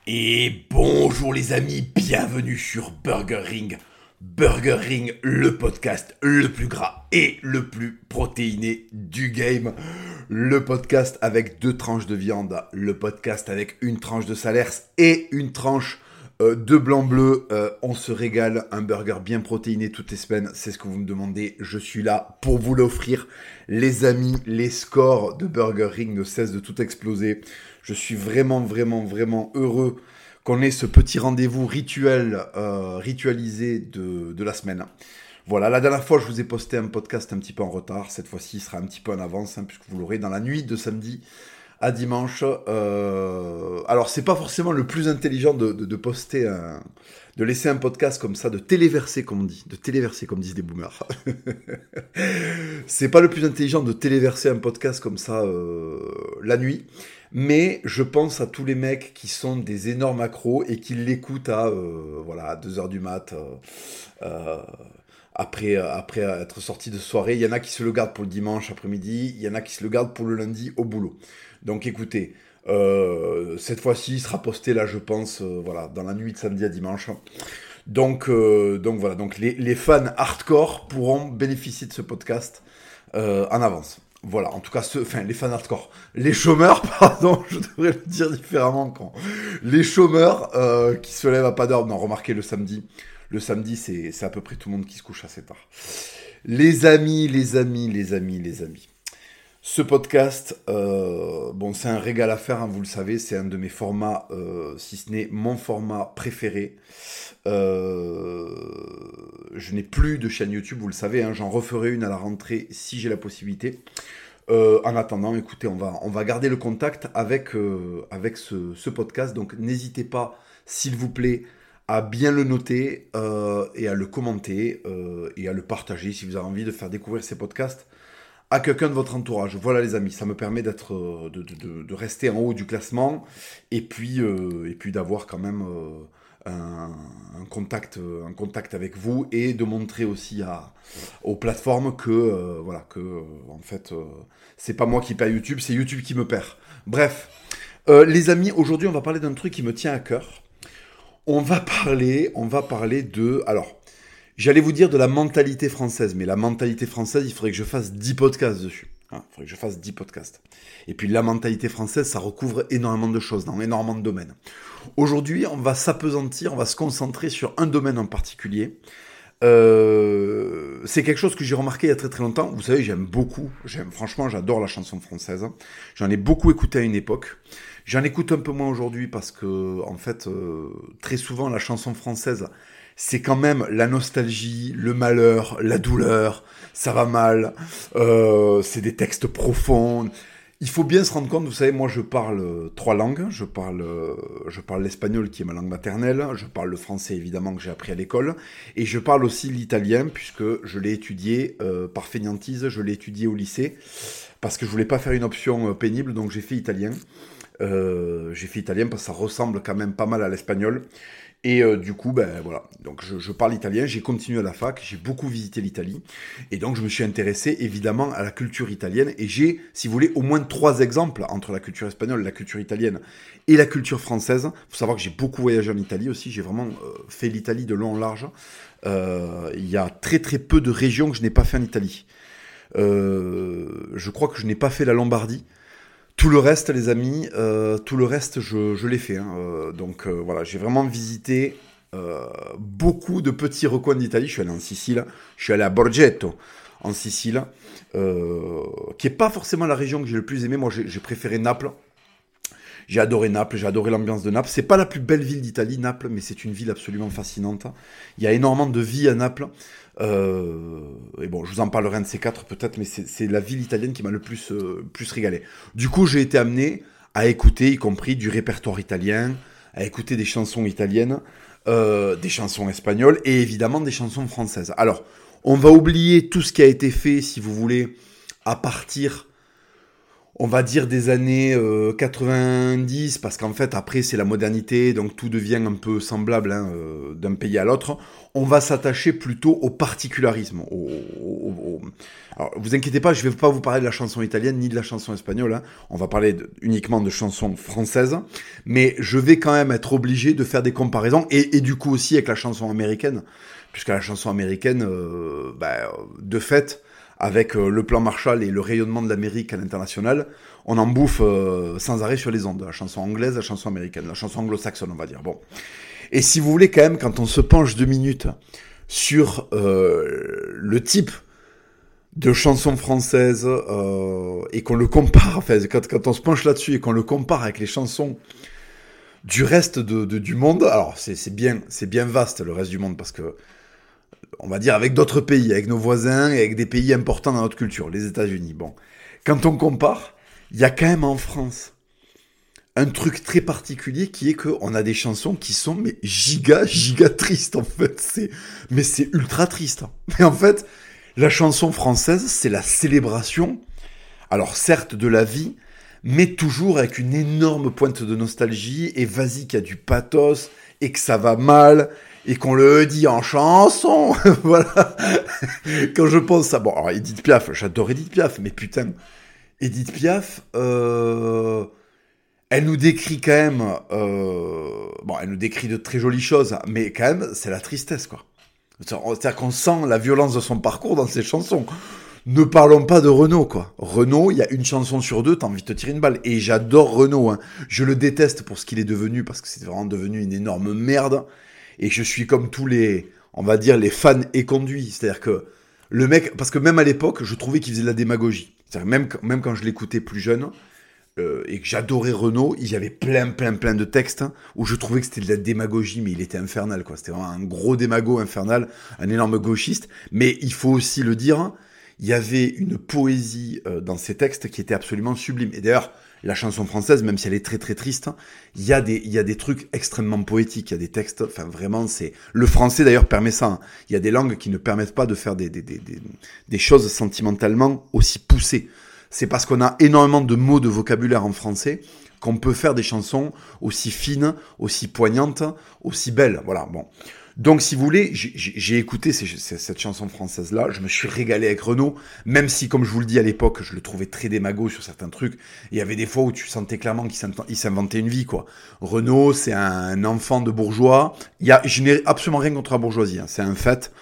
Et bonjour les amis, bienvenue sur Burger Ring. Burger Ring, le podcast le plus gras et le plus protéiné du game. Le podcast avec 2 tranches de viande, le podcast avec une tranche de Salers et une tranche de blanc-bleu. On se régale, un burger bien protéiné toutes les semaines, c'est ce que vous me demandez. Je suis là pour vous l'offrir. Les amis, les scores de Burger Ring ne cessent de tout exploser. Je suis vraiment heureux qu'on ait ce petit rendez-vous ritualisé de la semaine. Voilà, la dernière fois, je vous ai posté un podcast un petit peu en retard. Cette fois-ci, il sera un petit peu en avance, puisque vous l'aurez dans la nuit de samedi à dimanche. Alors, c'est pas forcément le plus intelligent de poster de laisser un podcast comme ça, de téléverser, comme on dit. De téléverser, comme disent les boomers. C'est pas le plus intelligent de téléverser un podcast comme ça la nuit. Mais je pense à tous les mecs qui sont des énormes accros et qui l'écoutent à 2h du mat, après être sortis de soirée. Il y en a qui se le gardent pour le dimanche après-midi, il y en a qui se le gardent pour le lundi au boulot. Donc écoutez, cette fois-ci, il sera posté là, je pense, dans la nuit de samedi à dimanche. Donc voilà, donc les fans hardcore pourront bénéficier de ce podcast en avance. Voilà, en tout cas, les fans hardcore. Les chômeurs, pardon, je devrais le dire différemment quand. Les chômeurs qui se lèvent à pas d'heure. Non, remarquez le samedi. Le samedi, c'est à peu près tout le monde qui se couche assez tard. Les amis. Ce podcast, c'est un régal à faire, vous le savez, c'est un de mes formats, si ce n'est mon format préféré. Je n'ai plus de chaîne YouTube, vous le savez, j'en referai une à la rentrée si j'ai la possibilité. En attendant, écoutez, on va garder le contact avec ce podcast, donc n'hésitez pas, s'il vous plaît, à bien le noter et à le commenter et à le partager si vous avez envie de faire découvrir ces podcasts à quelqu'un de votre entourage. Voilà les amis, ça me permet de rester en haut du classement et puis d'avoir quand même un contact avec vous et de montrer aussi aux plateformes que c'est pas moi qui paye YouTube, c'est YouTube qui me perd. Bref, les amis, aujourd'hui on va parler d'un truc qui me tient à cœur. On va parler de... Alors, j'allais vous dire de la mentalité française, mais la mentalité française, il faudrait que je fasse 10 podcasts dessus. Il faudrait que je fasse 10 podcasts. Et puis la mentalité française, ça recouvre énormément de choses, dans énormément de domaines. Aujourd'hui, on va s'appesantir, on va se concentrer sur un domaine en particulier. C'est quelque chose que j'ai remarqué il y a très très longtemps. Vous savez, franchement, j'adore la chanson française. J'en ai beaucoup écouté à une époque. J'en écoute un peu moins aujourd'hui parce que, en fait, très souvent, la chanson française, c'est quand même la nostalgie, le malheur, la douleur, ça va mal, c'est des textes profonds. Il faut bien se rendre compte, vous savez, moi je parle 3 langues, je parle l'espagnol qui est ma langue maternelle, je parle le français évidemment que j'ai appris à l'école, et je parle aussi l'italien puisque je l'ai étudié par fainéantise, je l'ai étudié au lycée, parce que je voulais pas faire une option pénible, donc j'ai fait italien. Parce que ça ressemble quand même pas mal à l'espagnol. Et du coup, voilà. Donc je parle italien, j'ai continué à la fac, j'ai beaucoup visité l'Italie. Et donc je me suis intéressé évidemment à la culture italienne. Et j'ai, si vous voulez, au moins 3 exemples entre la culture espagnole, la culture italienne et la culture française. Il faut savoir que j'ai beaucoup voyagé en Italie aussi. J'ai vraiment fait l'Italie de long en large. Il y a très très peu de régions que je n'ai pas fait en Italie. Je crois que je n'ai pas fait la Lombardie. Tout le reste, les amis, je l'ai fait. Donc voilà, j'ai vraiment visité beaucoup de petits recoins d'Italie. Je suis allé en Sicile, je suis allé à Borgetto, en Sicile, qui n'est pas forcément la région que j'ai le plus aimé. Moi, j'ai préféré Naples. J'ai adoré Naples, j'ai adoré l'ambiance de Naples. C'est pas la plus belle ville d'Italie, Naples, mais c'est une ville absolument fascinante. Il y a énormément de vie à Naples. Et bon, je vous en parlerai un de ces 4 peut-être, mais c'est la ville italienne qui m'a le plus régalé. Du coup, j'ai été amené à écouter, y compris du répertoire italien, à écouter des chansons italiennes, des chansons espagnoles et évidemment des chansons françaises. Alors, on va oublier tout ce qui a été fait, si vous voulez, à partir... on va dire des années 90, parce qu'en fait après c'est la modernité, donc tout devient un peu semblable d'un pays à l'autre. On va s'attacher plutôt au particularisme. Alors vous inquiétez pas, je vais pas vous parler de la chanson italienne ni de la chanson espagnole, hein. On va parler uniquement de chansons françaises, mais je vais quand même être obligé de faire des comparaisons, et du coup aussi avec la chanson américaine, puisque la chanson américaine, de fait, avec le plan Marshall et le rayonnement de l'Amérique à l'international, on en bouffe sans arrêt sur les ondes. La chanson anglaise, la chanson américaine, la chanson anglo-saxonne, on va dire. Bon. Et si vous voulez quand même, quand on se penche 2 minutes sur le type de chansons françaises et qu'on le compare, enfin, quand on se penche là-dessus et qu'on le compare avec les chansons du reste du monde, alors c'est bien vaste le reste du monde, parce que on va dire avec d'autres pays, avec nos voisins et avec des pays importants dans notre culture, les États-Unis. Bon, quand on compare, il y a quand même en France un truc très particulier qui est qu'on a des chansons qui sont mais giga tristes en fait. C'est ultra triste. Mais en fait, la chanson française, c'est la célébration, alors certes de la vie, mais toujours avec une énorme pointe de nostalgie, et vas-y qu'il y a du pathos, et que ça va mal, et qu'on le dit en chanson. Voilà. Quand je pense à... Bon, alors Edith Piaf, j'adore Edith Piaf, mais putain, Edith Piaf, elle nous décrit quand même... elle nous décrit de très jolies choses, mais quand même, c'est la tristesse, quoi. C'est-à-dire qu'on sent la violence de son parcours dans ses chansons. Ne parlons pas de Renaud, quoi. Renaud, il y a une chanson sur 2, t'as envie de te tirer une balle. Et j'adore Renaud, hein. Je le déteste pour ce qu'il est devenu, parce que c'est vraiment devenu une énorme merde. Et je suis comme tous les, on va dire, les fans éconduits. C'est-à-dire que le mec, parce que même à l'époque, je trouvais qu'il faisait de la démagogie. C'est-à-dire même quand je l'écoutais plus jeune, et que j'adorais Renaud, il y avait plein de textes où je trouvais que c'était de la démagogie, mais il était infernal, quoi. C'était vraiment un gros démago infernal, un énorme gauchiste. Mais il faut aussi le dire, il y avait une poésie dans ces textes qui était absolument sublime. Et d'ailleurs, la chanson française, même si elle est très triste, il y a des trucs extrêmement poétiques, il y a des textes, enfin vraiment, c'est... Le français d'ailleurs permet ça, hein. Il y a des langues qui ne permettent pas de faire des choses sentimentalement aussi poussées. C'est parce qu'on a énormément de mots de vocabulaire en français qu'on peut faire des chansons aussi fines, aussi poignantes, aussi belles. Voilà, bon. Donc, si vous voulez, j'ai écouté cette chanson française-là, je me suis régalé avec Renaud, même si, comme je vous le dis à l'époque, je le trouvais très démago sur certains trucs. Il y avait des fois où tu sentais clairement qu'il s'inventait une vie, quoi. Renaud, c'est un enfant de bourgeois. Je n'ai absolument rien contre la bourgeoisie, hein. C'est un fait.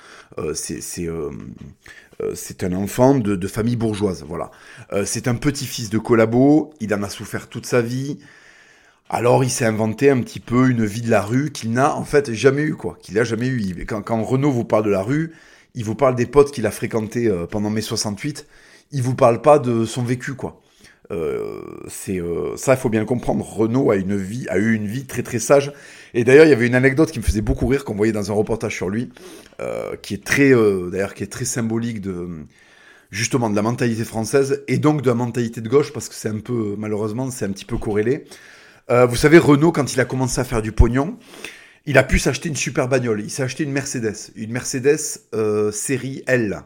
C'est un enfant de famille bourgeoise, voilà. C'est un petit-fils de collabo, il en a souffert toute sa vie. Alors il s'est inventé un petit peu une vie de la rue qu'il n'a en fait jamais eu, quoi. Qu'il a jamais eu. Quand Renaud vous parle de la rue, il vous parle des potes qu'il a fréquentés pendant mai 68. Il vous parle pas de son vécu, quoi. Ça, il faut bien le comprendre. Renaud a eu une vie très sage. Et d'ailleurs, il y avait une anecdote qui me faisait beaucoup rire qu'on voyait dans un reportage sur lui, qui est très symbolique justement de la mentalité française et donc de la mentalité de gauche, parce que malheureusement, c'est un petit peu corrélé. Vous savez, Renaud, quand il a commencé à faire du pognon, il a pu s'acheter une super bagnole. Il s'est acheté une Mercedes série L.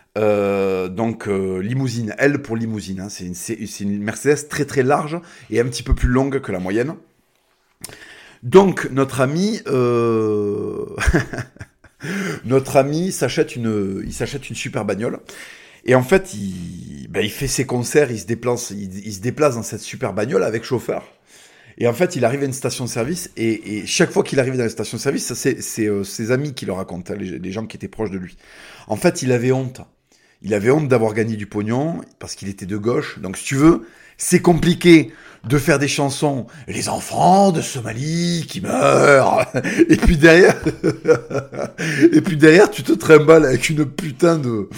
Limousine, L pour limousine, hein. C'est une Mercedes très large et un petit peu plus longue que la moyenne. Donc notre ami il s'achète une super bagnole, et en fait il fait ses concerts, il se déplace dans cette super bagnole avec chauffeur. Et en fait, il arrive à une station-service, et chaque fois qu'il arrive dans la station-service, ça c'est ses amis qui le racontent, hein, les gens qui étaient proches de lui. En fait, il avait honte. Il avait honte d'avoir gagné du pognon, parce qu'il était de gauche. Donc, si tu veux, c'est compliqué de faire des chansons, les enfants de Somalie qui meurent, et puis derrière, tu te trimbales avec un putain de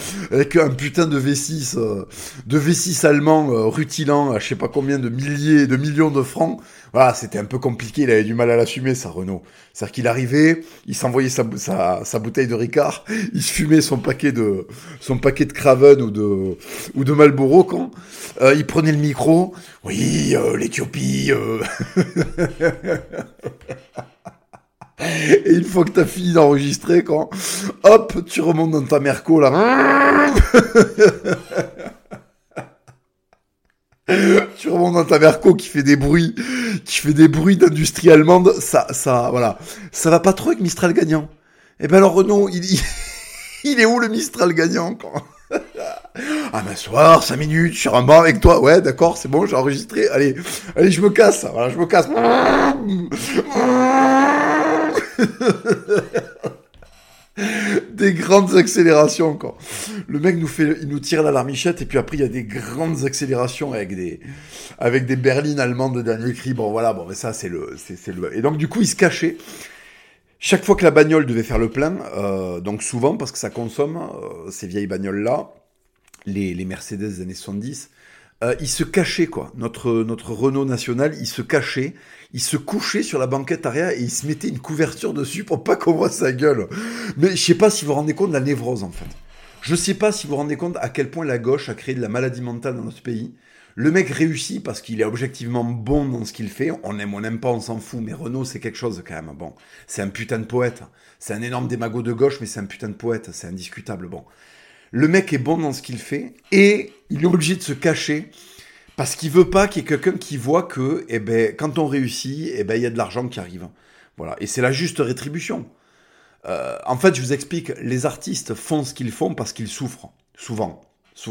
V6 allemand rutilant à je sais pas combien de millions de francs. Voilà, c'était un peu compliqué, il avait du mal à l'assumer, ça, Renaud. C'est-à-dire qu'il arrivait, il s'envoyait sa bouteille de Ricard, il se fumait son paquet de Craven ou de Marlboro, quand il prenait le micro. Oui, l'Éthiopie. Et une fois que t'as fini d'enregistrer, hop, tu remontes dans ta Merco, là. dans ta Merco qui fait des bruits d'industrie allemande, voilà. Ça va pas trop avec Mistral gagnant. Eh ben alors Renault, il est où le Mistral gagnant, quoi? Ah ben soir, 5 minutes, sur un banc avec toi. Ouais, d'accord, c'est bon, j'ai enregistré. Allez, je me casse. Voilà, je me casse. Des grandes accélérations, quoi. Le mec il nous tire la larmichette et puis après il y a des grandes accélérations avec des berlines allemandes de dernier cri. Bon voilà, bon mais ça c'est le. Et donc du coup il se cachait. Chaque fois que la bagnole devait faire le plein, donc souvent parce que ça consomme ces vieilles bagnoles là, les Mercedes des années 70, il se cachait, quoi. Notre Renault national, il se cachait, il se couchait sur la banquette arrière et il se mettait une couverture dessus pour pas qu'on voit sa gueule. Mais je sais pas si vous vous rendez compte de la névrose, en fait. Je sais pas si vous vous rendez compte à quel point la gauche a créé de la maladie mentale dans notre pays. Le mec réussit parce qu'il est objectivement bon dans ce qu'il fait. On n'aime pas, on s'en fout. Mais Renault, c'est quelque chose quand même. Bon, c'est un putain de poète. C'est un énorme démago de gauche, mais c'est un putain de poète. C'est indiscutable. Bon. Le mec est bon dans ce qu'il fait et il est obligé de se cacher parce qu'il veut pas qu'il y ait quelqu'un qui voit que, eh ben, quand on réussit, eh ben, il y a de l'argent qui arrive. Voilà. Et c'est la juste rétribution. En fait, je vous explique, les artistes font ce qu'ils font parce qu'ils souffrent. Souvent.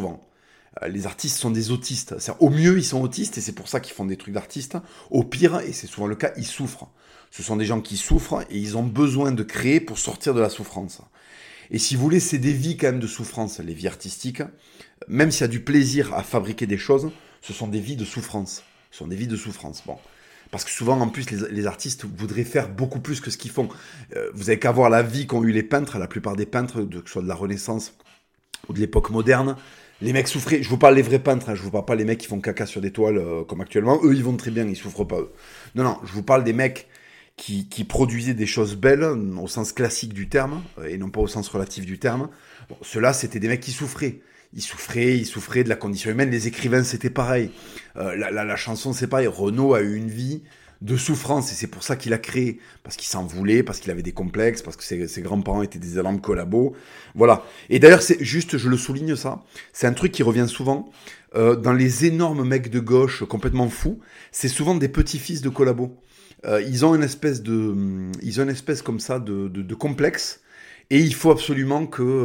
Les artistes sont des autistes. Au mieux, ils sont autistes et c'est pour ça qu'ils font des trucs d'artistes. Au pire, et c'est souvent le cas, ils souffrent. Ce sont des gens qui souffrent et ils ont besoin de créer pour sortir de la souffrance. Et si vous voulez, c'est des vies quand même de souffrance, les vies artistiques. Même s'il y a du plaisir à fabriquer des choses, ce sont des vies de souffrance. Ce sont des vies de souffrance. Bon. Parce que souvent, en plus, les artistes voudraient faire beaucoup plus que ce qu'ils font. Vous avez qu'à voir la vie qu'ont eu les peintres, la plupart des peintres, que ce soit de la Renaissance ou de l'époque moderne. Les mecs souffraient. Je vous parle des vrais peintres, hein, je vous parle pas les mecs qui font caca sur des toiles comme actuellement. Eux, ils vont très bien, ils souffrent pas, eux. Non, je vous parle des mecs qui produisaient des choses belles, au sens classique du terme, et non pas au sens relatif du terme. Bon, ceux-là, c'était des mecs qui souffraient. Ils souffraient de la condition humaine. Les écrivains, c'était pareil. La chanson, c'est pareil. Renaud a eu une vie de souffrance, et c'est pour ça qu'il a créé. Parce qu'il s'en voulait, parce qu'il avait des complexes, parce que ses grands-parents étaient des énormes collabos. Voilà. Et d'ailleurs, c'est juste, je le souligne ça, c'est un truc qui revient souvent. Dans les énormes mecs de gauche complètement fous, c'est souvent des petits-fils de collabos. Ils ont une espèce comme ça de complexe, et il faut absolument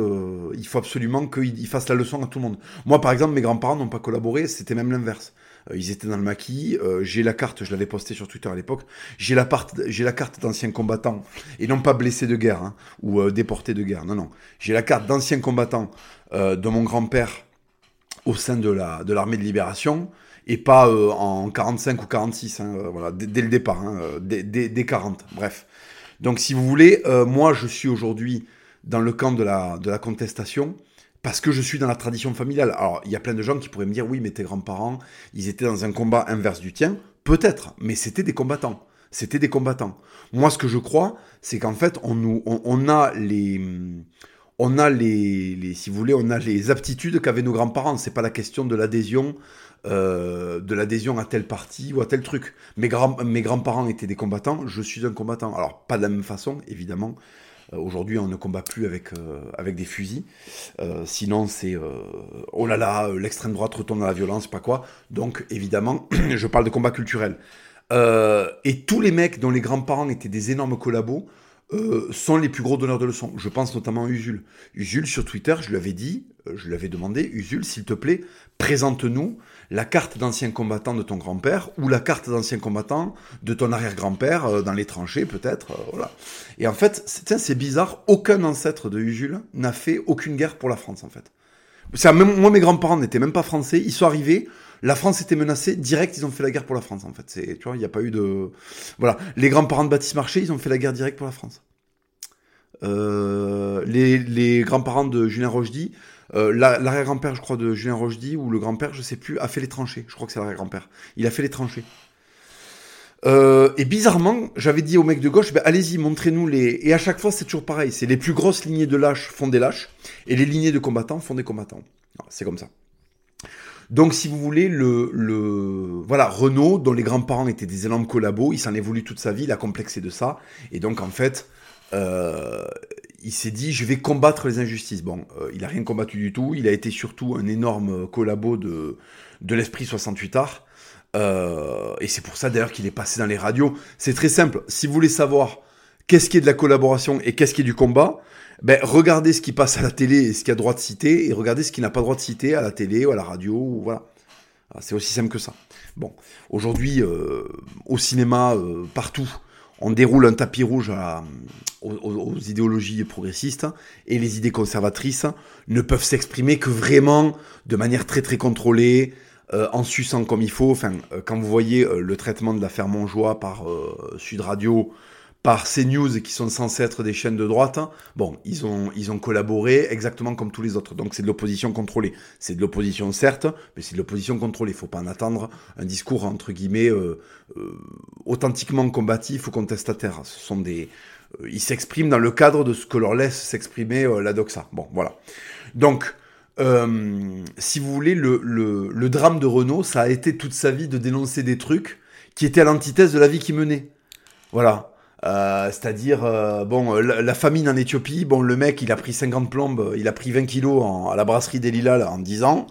qu'ils fassent la leçon à tout le monde. Moi, par exemple, mes grands-parents n'ont pas collaboré, c'était même l'inverse. Ils étaient dans le maquis. J'ai la carte, je l'avais postée sur Twitter à l'époque. J'ai la carte d'ancien combattant, et non pas blessé de guerre, hein, ou déporté de guerre. Non. J'ai la carte d'ancien combattant de mon grand-père au sein de l'armée de libération. Et pas en 45 ou 46, hein, voilà, dès le départ, hein, dès 40, bref. Donc si vous voulez, moi je suis aujourd'hui dans le camp de la contestation, parce que je suis dans la tradition familiale. Alors il y a plein de gens qui pourraient me dire, oui mais tes grands-parents, ils étaient dans un combat inverse du tien, peut-être, mais c'était des combattants. Moi ce que je crois, c'est qu'en fait on a les... si vous voulez, on a les aptitudes qu'avaient nos grands-parents. C'est pas la question de l'adhésion à tel parti ou à tel truc. Mes grands-parents étaient des combattants, je suis un combattant. Alors, pas de la même façon, évidemment. Aujourd'hui, on ne combat plus avec des fusils. Sinon, c'est oh là là, l'extrême droite retourne à la violence, pas quoi. Donc, évidemment, je parle de combat culturel. Et tous les mecs dont les grands-parents étaient des énormes collabos sont les plus gros donneurs de leçons. Je pense notamment à Usul. Usul, sur Twitter, je lui avais demandé, Usul, s'il te plaît, présente-nous la carte d'ancien combattant de ton grand-père ou la carte d'ancien combattant de ton arrière-grand-père dans les tranchées, peut-être. Voilà. Et en fait, c'est bizarre, aucun ancêtre de Usul n'a fait aucune guerre pour la France, en fait. Moi, mes grands-parents n'étaient même pas français, ils sont arrivés, la France était menacée, direct, ils ont fait la guerre pour la France, en fait. Tu vois, il n'y a pas eu de... Voilà. Les grands-parents de Baptiste Marché, ils ont fait la guerre directe pour la France. Les grands-parents de Julien Rochedy, l'arrière-grand-père, je crois, de Julien Rochedy, ou le grand-père, je sais plus, a fait les tranchées. Je crois que c'est l'arrière-grand-père. Il a fait les tranchées. Et bizarrement, j'avais dit aux mecs de gauche, allez-y, montrez-nous les... Et à chaque fois, c'est toujours pareil. C'est les plus grosses lignées de lâches font des lâches, et les lignées de combattants font des combattants. Alors, c'est comme ça. Donc, si vous voulez, voilà, Renaud, dont les grands-parents étaient des énormes collabos, il s'en est voulu toute sa vie, il a complexé de ça. Et donc, en fait... il s'est dit, je vais combattre les injustices. Bon, il n'a rien combattu du tout. Il a été surtout un énorme collabo de l'esprit 68 art. Et c'est pour ça d'ailleurs qu'il est passé dans les radios. C'est très simple. Si vous voulez savoir qu'est-ce qui est de la collaboration et qu'est-ce qui est du combat, ben regardez ce qui passe à la télé et ce qu'il y a droit de citer, et regardez ce qui n'a pas droit de citer à la télé ou à la radio, ou voilà. C'est aussi simple que ça. Bon, aujourd'hui, au cinéma, partout, on déroule un tapis rouge aux idéologies progressistes, et les idées conservatrices ne peuvent s'exprimer que vraiment de manière très très contrôlée, en suçant comme il faut. Enfin, quand vous voyez le traitement de l'affaire Montjoie par Sud Radio, par CNews, qui sont censés être des chaînes de droite, bon, ils ont collaboré exactement comme tous les autres. Donc c'est de l'opposition contrôlée. C'est de l'opposition certes, mais c'est de l'opposition contrôlée. Il ne faut pas en attendre un discours, entre guillemets, authentiquement combatif ou contestataire. Ce sont ils s'expriment dans le cadre de ce que leur laisse s'exprimer la doxa. Bon, voilà. Donc, si vous voulez, le drame de Renaud, ça a été toute sa vie de dénoncer des trucs qui étaient à l'antithèse de la vie qu'il menait. Voilà. C'est-à-dire, la famine en Éthiopie, bon, le mec, il a pris 50 plombes, il a pris 20 kilos à la brasserie des Lilas, là, en 10 ans.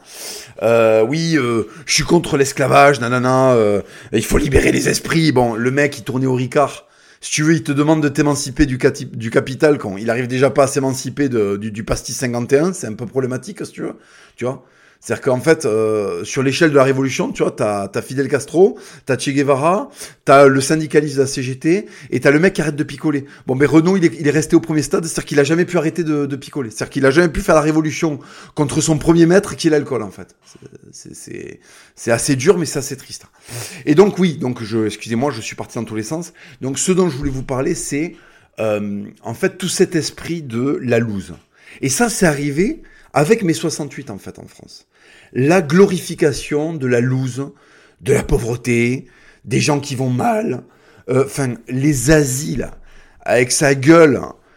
Je suis contre l'esclavage, nanana, il faut libérer les esprits. Bon, le mec, il tournait au Ricard. Si tu veux, il te demande de t'émanciper du capital quand il arrive déjà pas à s'émanciper du pastis 51, c'est un peu problématique, si tu veux, tu vois. C'est-à-dire qu'en fait, sur l'échelle de la révolution, tu vois, t'as Fidel Castro, t'as Che Guevara, t'as le syndicaliste de la CGT, et t'as le mec qui arrête de picoler. Bon, mais Renaud, il est resté au premier stade, c'est-à-dire qu'il a jamais pu arrêter de picoler. C'est-à-dire qu'il a jamais pu faire la révolution contre son premier maître, qui est l'alcool, en fait. C'est assez dur, mais c'est assez triste. Et donc, oui, excusez-moi, je suis parti dans tous les sens. Donc, ce dont je voulais vous parler, c'est, en fait, tout cet esprit de la loose. Et ça, c'est arrivé avec mai 68, en fait, en France. La glorification de la loose, de la pauvreté, des gens qui vont mal, les asiles, avec sa gueule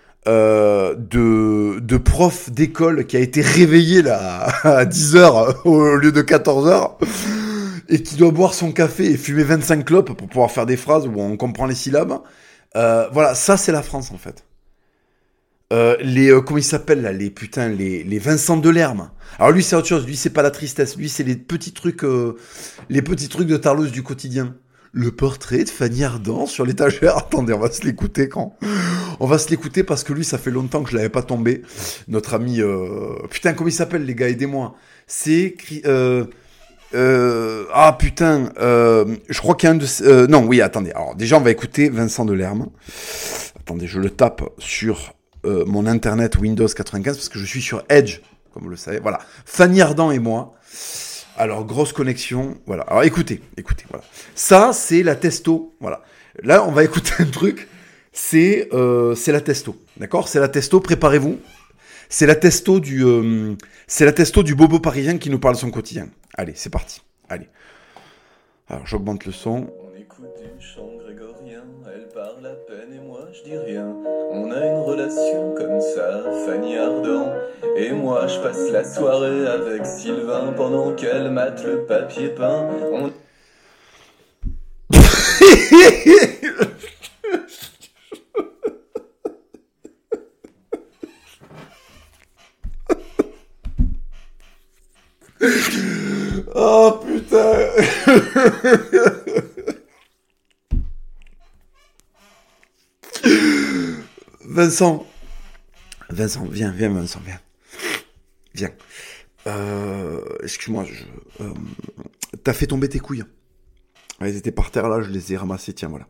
de prof d'école qui a été réveillé là à 10h au lieu de 14h, et qui doit boire son café et fumer 25 clopes pour pouvoir faire des phrases où on comprend les syllabes. Voilà, ça c'est la France, en fait. Comment ils s'appellent là, les Vincent Delerme. Alors lui c'est autre chose, lui c'est pas la tristesse, lui c'est les petits trucs de Tarlouse du quotidien. Le portrait de Fanny Ardant sur l'étagère. Attendez, on va se l'écouter parce que lui ça fait longtemps que je l'avais pas tombé. Notre ami, comment il s'appelle les gars, aidez-moi. C'est je crois qu'il y a un de non, oui, attendez. Alors déjà on va écouter Vincent Delerme. Attendez, je le tape sur mon internet Windows 95 parce que je suis sur Edge, comme vous le savez. Voilà, Fanny Ardant et moi. Alors grosse connexion, voilà. Alors écoutez, voilà. Ça c'est la testo, voilà. Là on va écouter un truc. C'est la testo, d'accord. C'est la testo. Préparez-vous. C'est la testo du bobo parisien qui nous parle de son quotidien. Allez, c'est parti. Allez. Alors j'augmente le son. On écoute du chant grégorien, elle parle à peine et moi je dis rien. On a une relation comme ça, Fanny Ardant. Et moi je passe la soirée avec Sylvain pendant qu'elle mate le papier peint. Oh putain. Vincent, viens, Vincent, viens. Excuse-moi, t'as fait tomber tes couilles. Elles étaient par terre là, je les ai ramassées, tiens, voilà.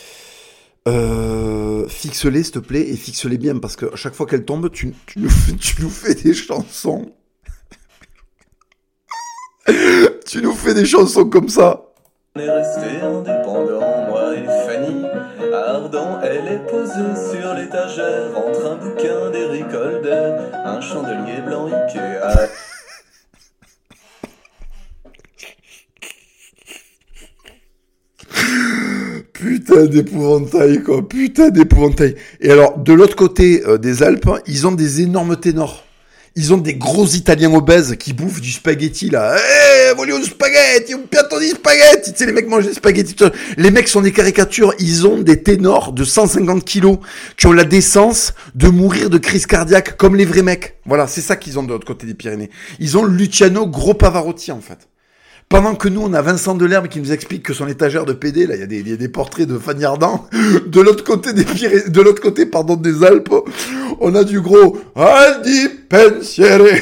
Fixe-les, s'il te plaît, et fixe-les bien, parce que à chaque fois qu'elles tombent, tu nous fais des chansons. Tu nous fais des chansons comme ça. On est restés indépendants, moi et Fanny Ardant. Elle est posée sur l'étagère entre un bouquin d'Eric Holder, un chandelier blanc Ikea. Putain d'épouvantail, quoi. Putain d'épouvantail. Et alors, de l'autre côté des Alpes, ils ont des énormes ténors. Ils ont des gros Italiens obèses qui bouffent du spaghetti, là. Eh, voglio un spaghetti, un piatto di spaghetti. Tu sais, les mecs mangent des spaghettis. Les mecs sont des caricatures. Ils ont des ténors de 150 kilos qui ont la décence de mourir de crise cardiaque comme les vrais mecs. Voilà, c'est ça qu'ils ont de l'autre côté des Pyrénées. Ils ont Luciano Gros Pavarotti, en fait. Pendant que nous, on a Vincent Delerme qui nous explique que son étagère de PD, là, il y a des portraits de Fanny Ardant. De l'autre côté des Alpes, on a du gros Aldi Pensiere.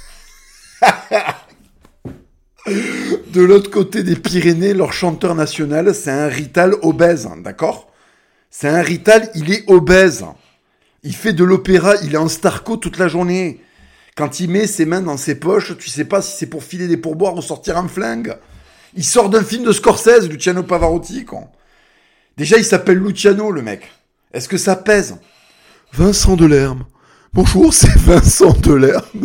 De l'autre côté des Pyrénées, leur chanteur national, c'est un Rital obèse, d'accord ? C'est un Rital, il est obèse. Il fait de l'opéra, il est en starco toute la journée. Quand il met ses mains dans ses poches, tu sais pas si c'est pour filer des pourboires ou sortir un flingue. Il sort d'un film de Scorsese, Luciano Pavarotti, quoi. Déjà, il s'appelle Luciano, le mec. Est-ce que ça pèse ? Vincent Delerme. Bonjour, c'est Vincent Delerme.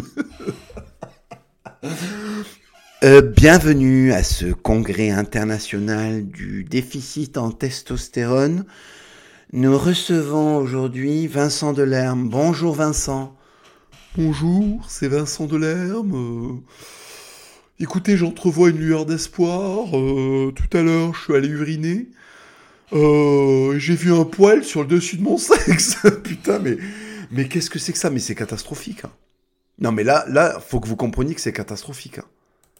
Bienvenue à ce congrès international du déficit en testostérone. Nous recevons aujourd'hui Vincent Delerme. Bonjour Vincent. Bonjour, c'est Vincent Delerme. Écoutez, j'entrevois une lueur d'espoir. Tout à l'heure, je suis allé uriner. J'ai vu un poil sur le dessus de mon sexe. Putain, mais qu'est-ce que c'est que ça ? Mais c'est catastrophique. Hein. Non, mais là, faut que vous compreniez que c'est catastrophique. Hein.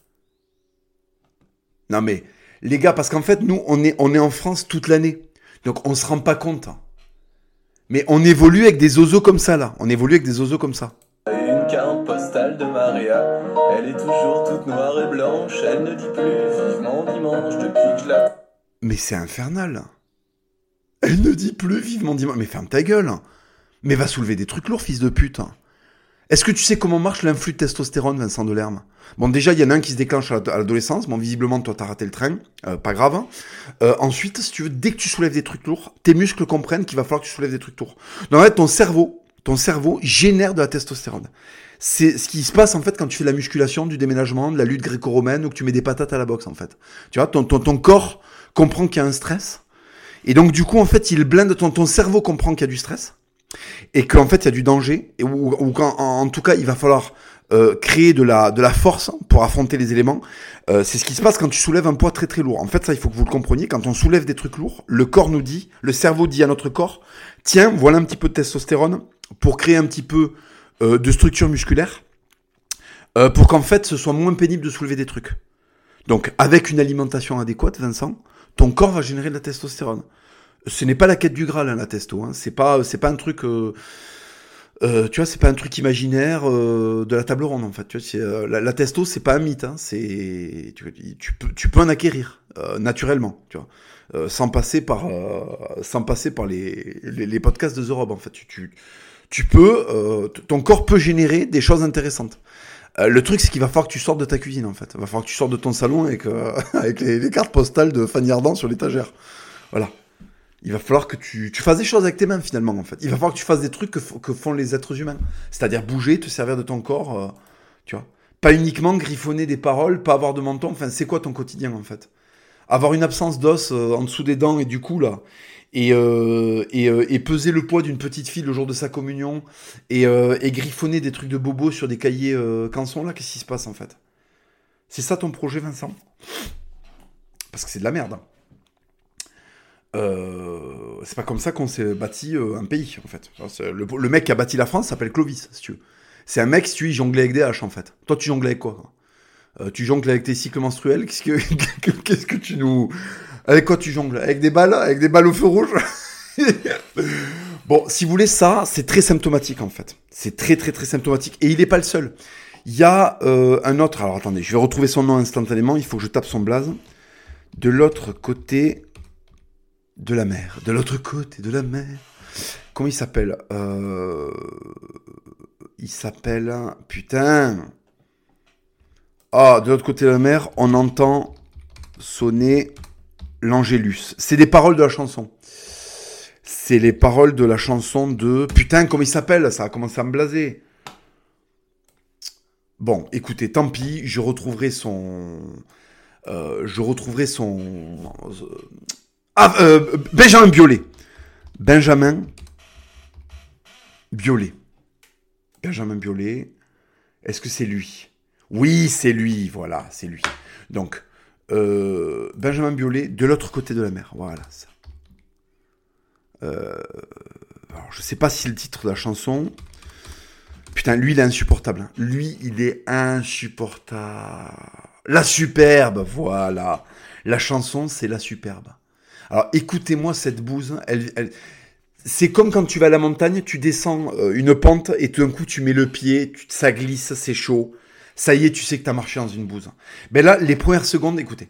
Non, mais les gars, parce qu'en fait, nous, on est en France toute l'année. Donc, on se rend pas compte. Hein. Mais on évolue avec des oiseaux comme ça, là. On évolue avec des oiseaux comme ça. Une carte postale de Maria, elle est toujours toute noire et blanche, elle ne dit plus vivement dimanche depuis que je la... Mais c'est infernal. Elle ne dit plus vivement dimanche. Mais ferme ta gueule. Mais va soulever des trucs lourds, fils de pute. Est-ce que tu sais comment marche l'influx de testostérone, Vincent Delerme ? Bon, déjà, il y en a un qui se déclenche à l'adolescence. Bon, visiblement, toi, t'as raté le train. Pas grave. Ensuite, si tu veux, dès que tu soulèves des trucs lourds, tes muscles comprennent qu'il va falloir que tu soulèves des trucs lourds. Donc, en fait, ton cerveau génère de la testostérone. C'est ce qui se passe, en fait, quand tu fais de la musculation, du déménagement, de la lutte gréco-romaine ou que tu mets des patates à la boxe, en fait. Tu vois, ton corps comprend qu'il y a un stress. Et donc, du coup, en fait, il blinde ton cerveau comprend qu'il y a du stress. Et qu'en fait, il y a du danger. Ou en tout cas, il va falloir créer de la force pour affronter les éléments. C'est ce qui se passe quand tu soulèves un poids très très lourd. En fait, ça, il faut que vous le compreniez. Quand on soulève des trucs lourds, le cerveau dit à notre corps, tiens, voilà un petit peu de testostérone pour créer un petit peu de structure musculaire, pour qu'en fait, ce soit moins pénible de soulever des trucs. Donc, avec une alimentation adéquate, Vincent, ton corps va générer de la testostérone. Ce n'est pas la quête du Graal, hein, la testo. Hein. C'est pas un truc... tu vois, c'est pas un truc imaginaire de la table ronde, en fait. Tu vois, la testo, c'est pas un mythe. Hein. Tu peux en acquérir naturellement, tu vois, sans passer par les podcasts de The Rob, en fait. Tu peux... ton corps peut générer des choses intéressantes. Le truc, c'est qu'il va falloir que tu sortes de ta cuisine, en fait. Il va falloir que tu sortes de ton salon avec les cartes postales de Fanny Ardant sur l'étagère. Voilà. Il va falloir que tu fasses des choses avec tes mains, finalement, en fait. Il va falloir que tu fasses des trucs que font les êtres humains. C'est-à-dire bouger, te servir de ton corps, tu vois. Pas uniquement griffonner des paroles, pas avoir de menton. Enfin, c'est quoi ton quotidien, en fait ? Avoir une absence d'os en dessous des dents et du cou, là. Et peser le poids d'une petite fille le jour de sa communion. Et griffonner des trucs de bobo sur des cahiers canson, là. Qu'est-ce qui se passe, en fait ? C'est ça ton projet, Vincent ? Parce que c'est de la merde, hein. C'est pas comme ça qu'on s'est bâti un pays, en fait. Le mec qui a bâti la France s'appelle Clovis, si tu veux. C'est un mec, si tu veux, il jonglait avec des haches, en fait. Toi, tu jonglais avec quoi ? Tu jongles avec tes cycles menstruels ? Qu'est-ce que tu nous... Avec quoi tu jongles ? Avec des balles au feu rouge ? Bon, si vous voulez, ça, c'est très symptomatique, en fait. C'est très, très, très symptomatique. Et il n'est pas le seul. Il y a un autre... Alors, attendez, je vais retrouver son nom instantanément. Il faut que je tape son blaze. De l'autre côté... de la mer. De l'autre côté de la mer. Comment il s'appelle ? Il s'appelle... Putain. Ah, de l'autre côté de la mer, on entend sonner l'Angélus. C'est des paroles de la chanson. C'est les paroles de la chanson de... Putain, comment il s'appelle ? Ça a commencé à me blaser. Bon, écoutez, tant pis, je retrouverai son... Benjamin Biolay. Benjamin Biolay. Est-ce que c'est lui ? Oui, c'est lui, voilà, c'est lui. Donc, Benjamin Biolay, de l'autre côté de la mer. Voilà, ça. Alors, je sais pas si le titre de la chanson... Putain, lui, il est insupportable. Hein. Lui, il est insupportable. La superbe, voilà. La chanson, c'est la superbe. Alors écoutez-moi cette bouse, c'est comme quand tu vas à la montagne, tu descends une pente et tout d'un coup tu mets le pied, ça glisse, c'est chaud. Ça y est, tu sais que tu as marché dans une bouse. Ben là, les premières secondes, écoutez.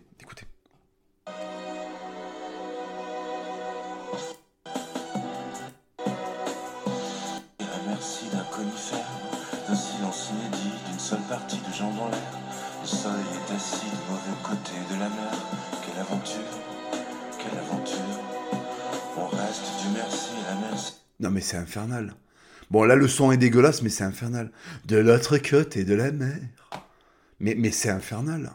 Merci d'un conifère, d'un silence inédit, d'une seule partie de jambes en l'air. Le soleil est assis du mauvais côté de la mer. Quelle aventure, quelle aventure. On reste du merci à la merci. Non mais c'est infernal. Bon là le son est dégueulasse mais c'est infernal. De l'autre côté de la mer. Mais c'est infernal.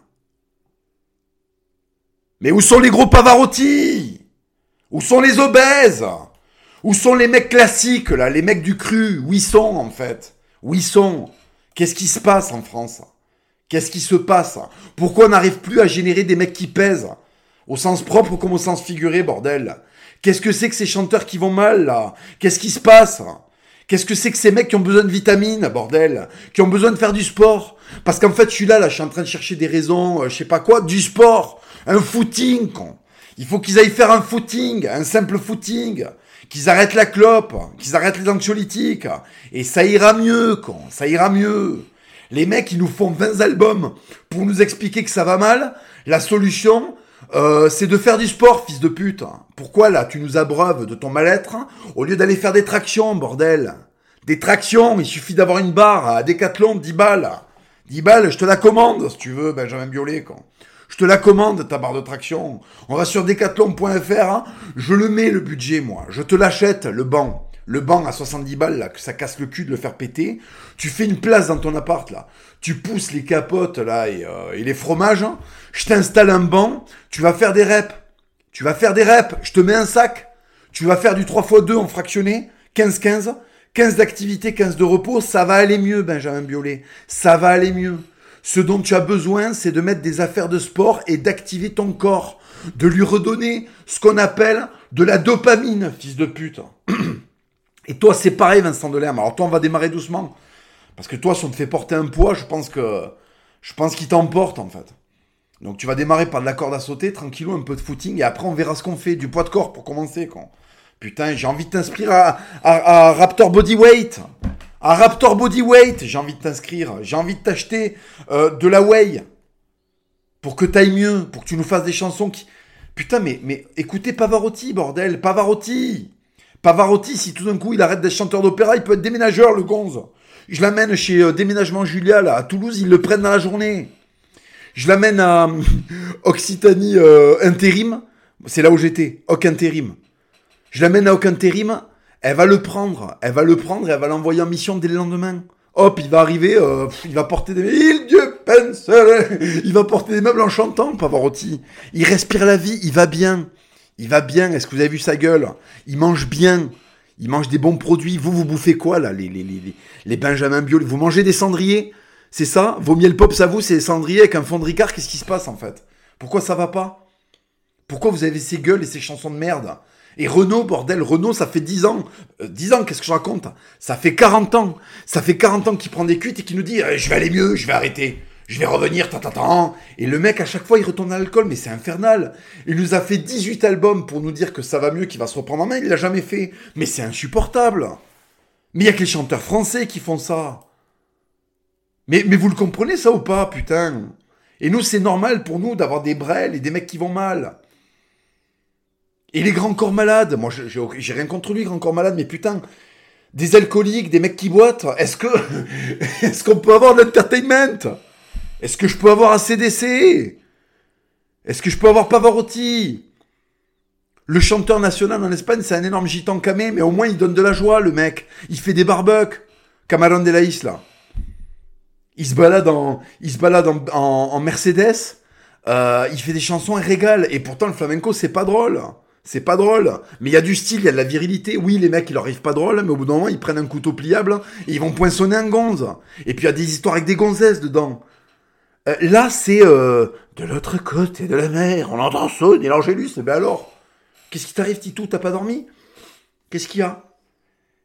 Mais où sont les gros Pavarotti? Où sont les obèses? Où sont les mecs classiques, là, les mecs du cru? Où ils sont, en fait? Où ils sont? Qu'est-ce qui se passe en France? Qu'est-ce qui se passe? Pourquoi on n'arrive plus à générer des mecs qui pèsent? Au sens propre comme au sens figuré, bordel. Qu'est-ce que c'est que ces chanteurs qui vont mal, là? Qu'est-ce qui se passe? Qu'est-ce que c'est que ces mecs qui ont besoin de vitamines, bordel? Qui ont besoin de faire du sport? Parce qu'en fait, je suis là, je suis en train de chercher des raisons, je sais pas quoi, du sport. Un footing, con. Il faut qu'ils aillent faire un footing, un simple footing. Qu'ils arrêtent la clope, qu'ils arrêtent les anxiolytiques. Et ça ira mieux, con. Ça ira mieux. Les mecs, ils nous font 20 albums pour nous expliquer que ça va mal. La solution, c'est de faire du sport, fils de pute. Pourquoi, là, tu nous abreuves de ton mal-être au lieu d'aller faire des tractions, bordel? Des tractions, il suffit d'avoir une barre à Decathlon, 10 balles. 10 balles, je te la commande, si tu veux, Benjamin Biolay, con. Je te la commande, ta barre de traction. On va sur decathlon.fr, je le mets le budget, moi. Je te l'achète, le banc. Le banc à 70 balles, là, que ça casse le cul de le faire péter. Tu fais une place dans ton appart, là. Tu pousses les capotes, là, et les fromages. Je t'installe un banc. Tu vas faire des reps. Je te mets un sac. Tu vas faire du 3x2 en fractionné. 15-15. 15 d'activité, 15 de repos. Ça va aller mieux, Benjamin Biolay. Ça va aller mieux. Ce dont tu as besoin, c'est de mettre des affaires de sport et d'activer ton corps. De lui redonner ce qu'on appelle de la dopamine, fils de pute. Et toi, c'est pareil, Vincent Delerme. Alors toi, on va démarrer doucement. Parce que toi, si on te fait porter un poids, je pense qu'il t'emporte, en fait. Donc tu vas démarrer par de la corde à sauter, tranquillou, un peu de footing, et après, on verra ce qu'on fait. Du poids de corps pour commencer, quoi. Putain, j'ai envie de t'inscrire à Raptor Bodyweight. À Raptor Bodyweight, j'ai envie de t'inscrire. J'ai envie de t'acheter de la whey. Pour que t'ailles mieux. Pour que tu nous fasses des chansons qui... Putain, mais écoutez Pavarotti, bordel. Pavarotti, si tout d'un coup il arrête d'être chanteur d'opéra, il peut être déménageur, le gonze. Je l'amène chez Déménagement Julia, là, à Toulouse, ils le prennent dans la journée. Je l'amène à Occitanie Intérim. C'est là où j'étais. Oc Intérim. Je l'amène à Oc Intérim. Elle va le prendre et elle va l'envoyer en mission dès le lendemain. Hop, il va arriver, il va porter des... Il va porter des meubles en chantant, Pavarotti. Il respire la vie, il va bien. Est-ce que vous avez vu sa gueule? Il mange bien. Il mange des bons produits. Vous bouffez quoi, là, les Benjamin Biolay? Vous mangez des cendriers? C'est ça? Vos miel pops à vous, c'est des cendriers avec un fond de Ricard? Qu'est-ce qui se passe, en fait? Pourquoi ça va pas? Pourquoi vous avez ces gueules et ces chansons de merde? Et Renaud, bordel, Renaud, ça fait 10 ans. 10 ans, qu'est-ce que je raconte? Ça fait 40 ans. Ça fait 40 ans qu'il prend des cuites et qu'il nous dit je vais aller mieux, je vais arrêter. Je vais revenir, Et le mec, à chaque fois, il retourne à l'alcool, mais c'est infernal. Il nous a fait 18 albums pour nous dire que ça va mieux, qu'il va se reprendre en main. Il l'a jamais fait. Mais c'est insupportable. Mais il y a que les chanteurs français qui font ça. Mais vous le comprenez, ça, ou pas, putain? Et nous, c'est normal pour nous d'avoir des brels et des mecs qui vont mal. Et les grands corps malades, moi j'ai rien contre lui, grands corps malades, mais putain, des alcooliques, des mecs qui boitent, est-ce qu'on peut avoir de l'entertainment? Est-ce que je peux avoir ACDC? Est-ce que je peux avoir Pavarotti? Le chanteur national en Espagne, c'est un énorme gitan camé, mais au moins il donne de la joie, le mec. Il fait des barbecues, Camarón de la Isla. Il se balade en Mercedes, il fait des chansons, il régale, et pourtant le flamenco, c'est pas drôle. C'est pas drôle, mais il y a du style, il y a de la virilité. Oui, les mecs, ils leur arrivent pas drôle, mais au bout d'un moment, ils prennent un couteau pliable et ils vont poinçonner un gonze. Et puis il y a des histoires avec des gonzesses dedans. Là, c'est de l'autre côté de la mer, on entend sonner l'Angélus. Et ben alors, qu'est-ce qui t'arrive, Titou? T'as pas dormi? Qu'est-ce qu'il y a?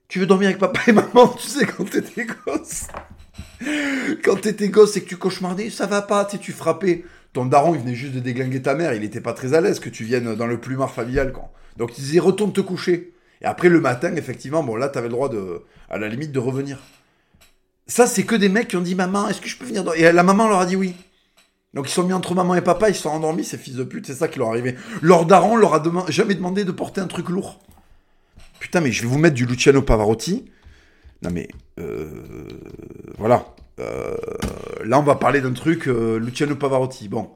Tu veux dormir avec papa et maman, tu sais, quand t'étais gosse. Quand t'étais gosse et que tu cauchemardais, ça va pas, tu sais, tu frappais. Ton daron, il venait juste de déglinguer ta mère, il était pas très à l'aise que tu viennes dans le plumard familial, quoi. Donc il disait, retourne te coucher. Et après, le matin, effectivement, bon, là, t'avais le droit à la limite, de revenir. Ça, c'est que des mecs qui ont dit, maman, est-ce que je peux venir dormir? Et la maman leur a dit oui. Donc ils sont mis entre maman et papa, ils se sont endormis, ces fils de pute, c'est ça qui leur est arrivé. Leur daron leur a jamais demandé de porter un truc lourd. Putain, mais je vais vous mettre du Luciano Pavarotti. Non mais, voilà. Là, on va parler d'un truc, Luciano Pavarotti. Bon.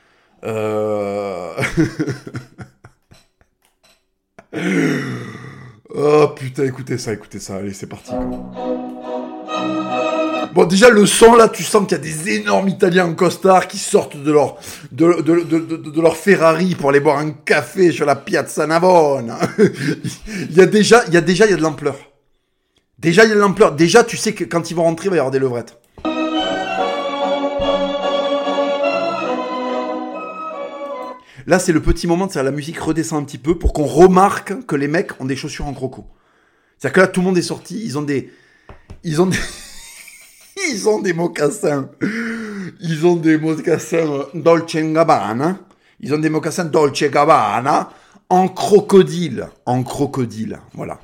Oh putain, écoutez ça. Allez, c'est parti. Bon, déjà, le son, là, tu sens qu'il y a des énormes Italiens en costard qui sortent de leur Ferrari pour aller boire un café sur la Piazza Navona. il y a de l'ampleur. Déjà, il y a de l'ampleur. Déjà, tu sais que quand ils vont rentrer, il va y avoir des levrettes. Là, c'est le petit moment, c'est-à-dire la musique redescend un petit peu pour qu'on remarque que les mecs ont des chaussures en croco. C'est-à-dire que là, tout le monde est sorti, ils ont des mocassins. Ils ont des mocassins Dolce & Gabbana. Ils ont des mocassins Dolce & Gabbana en crocodile. Voilà.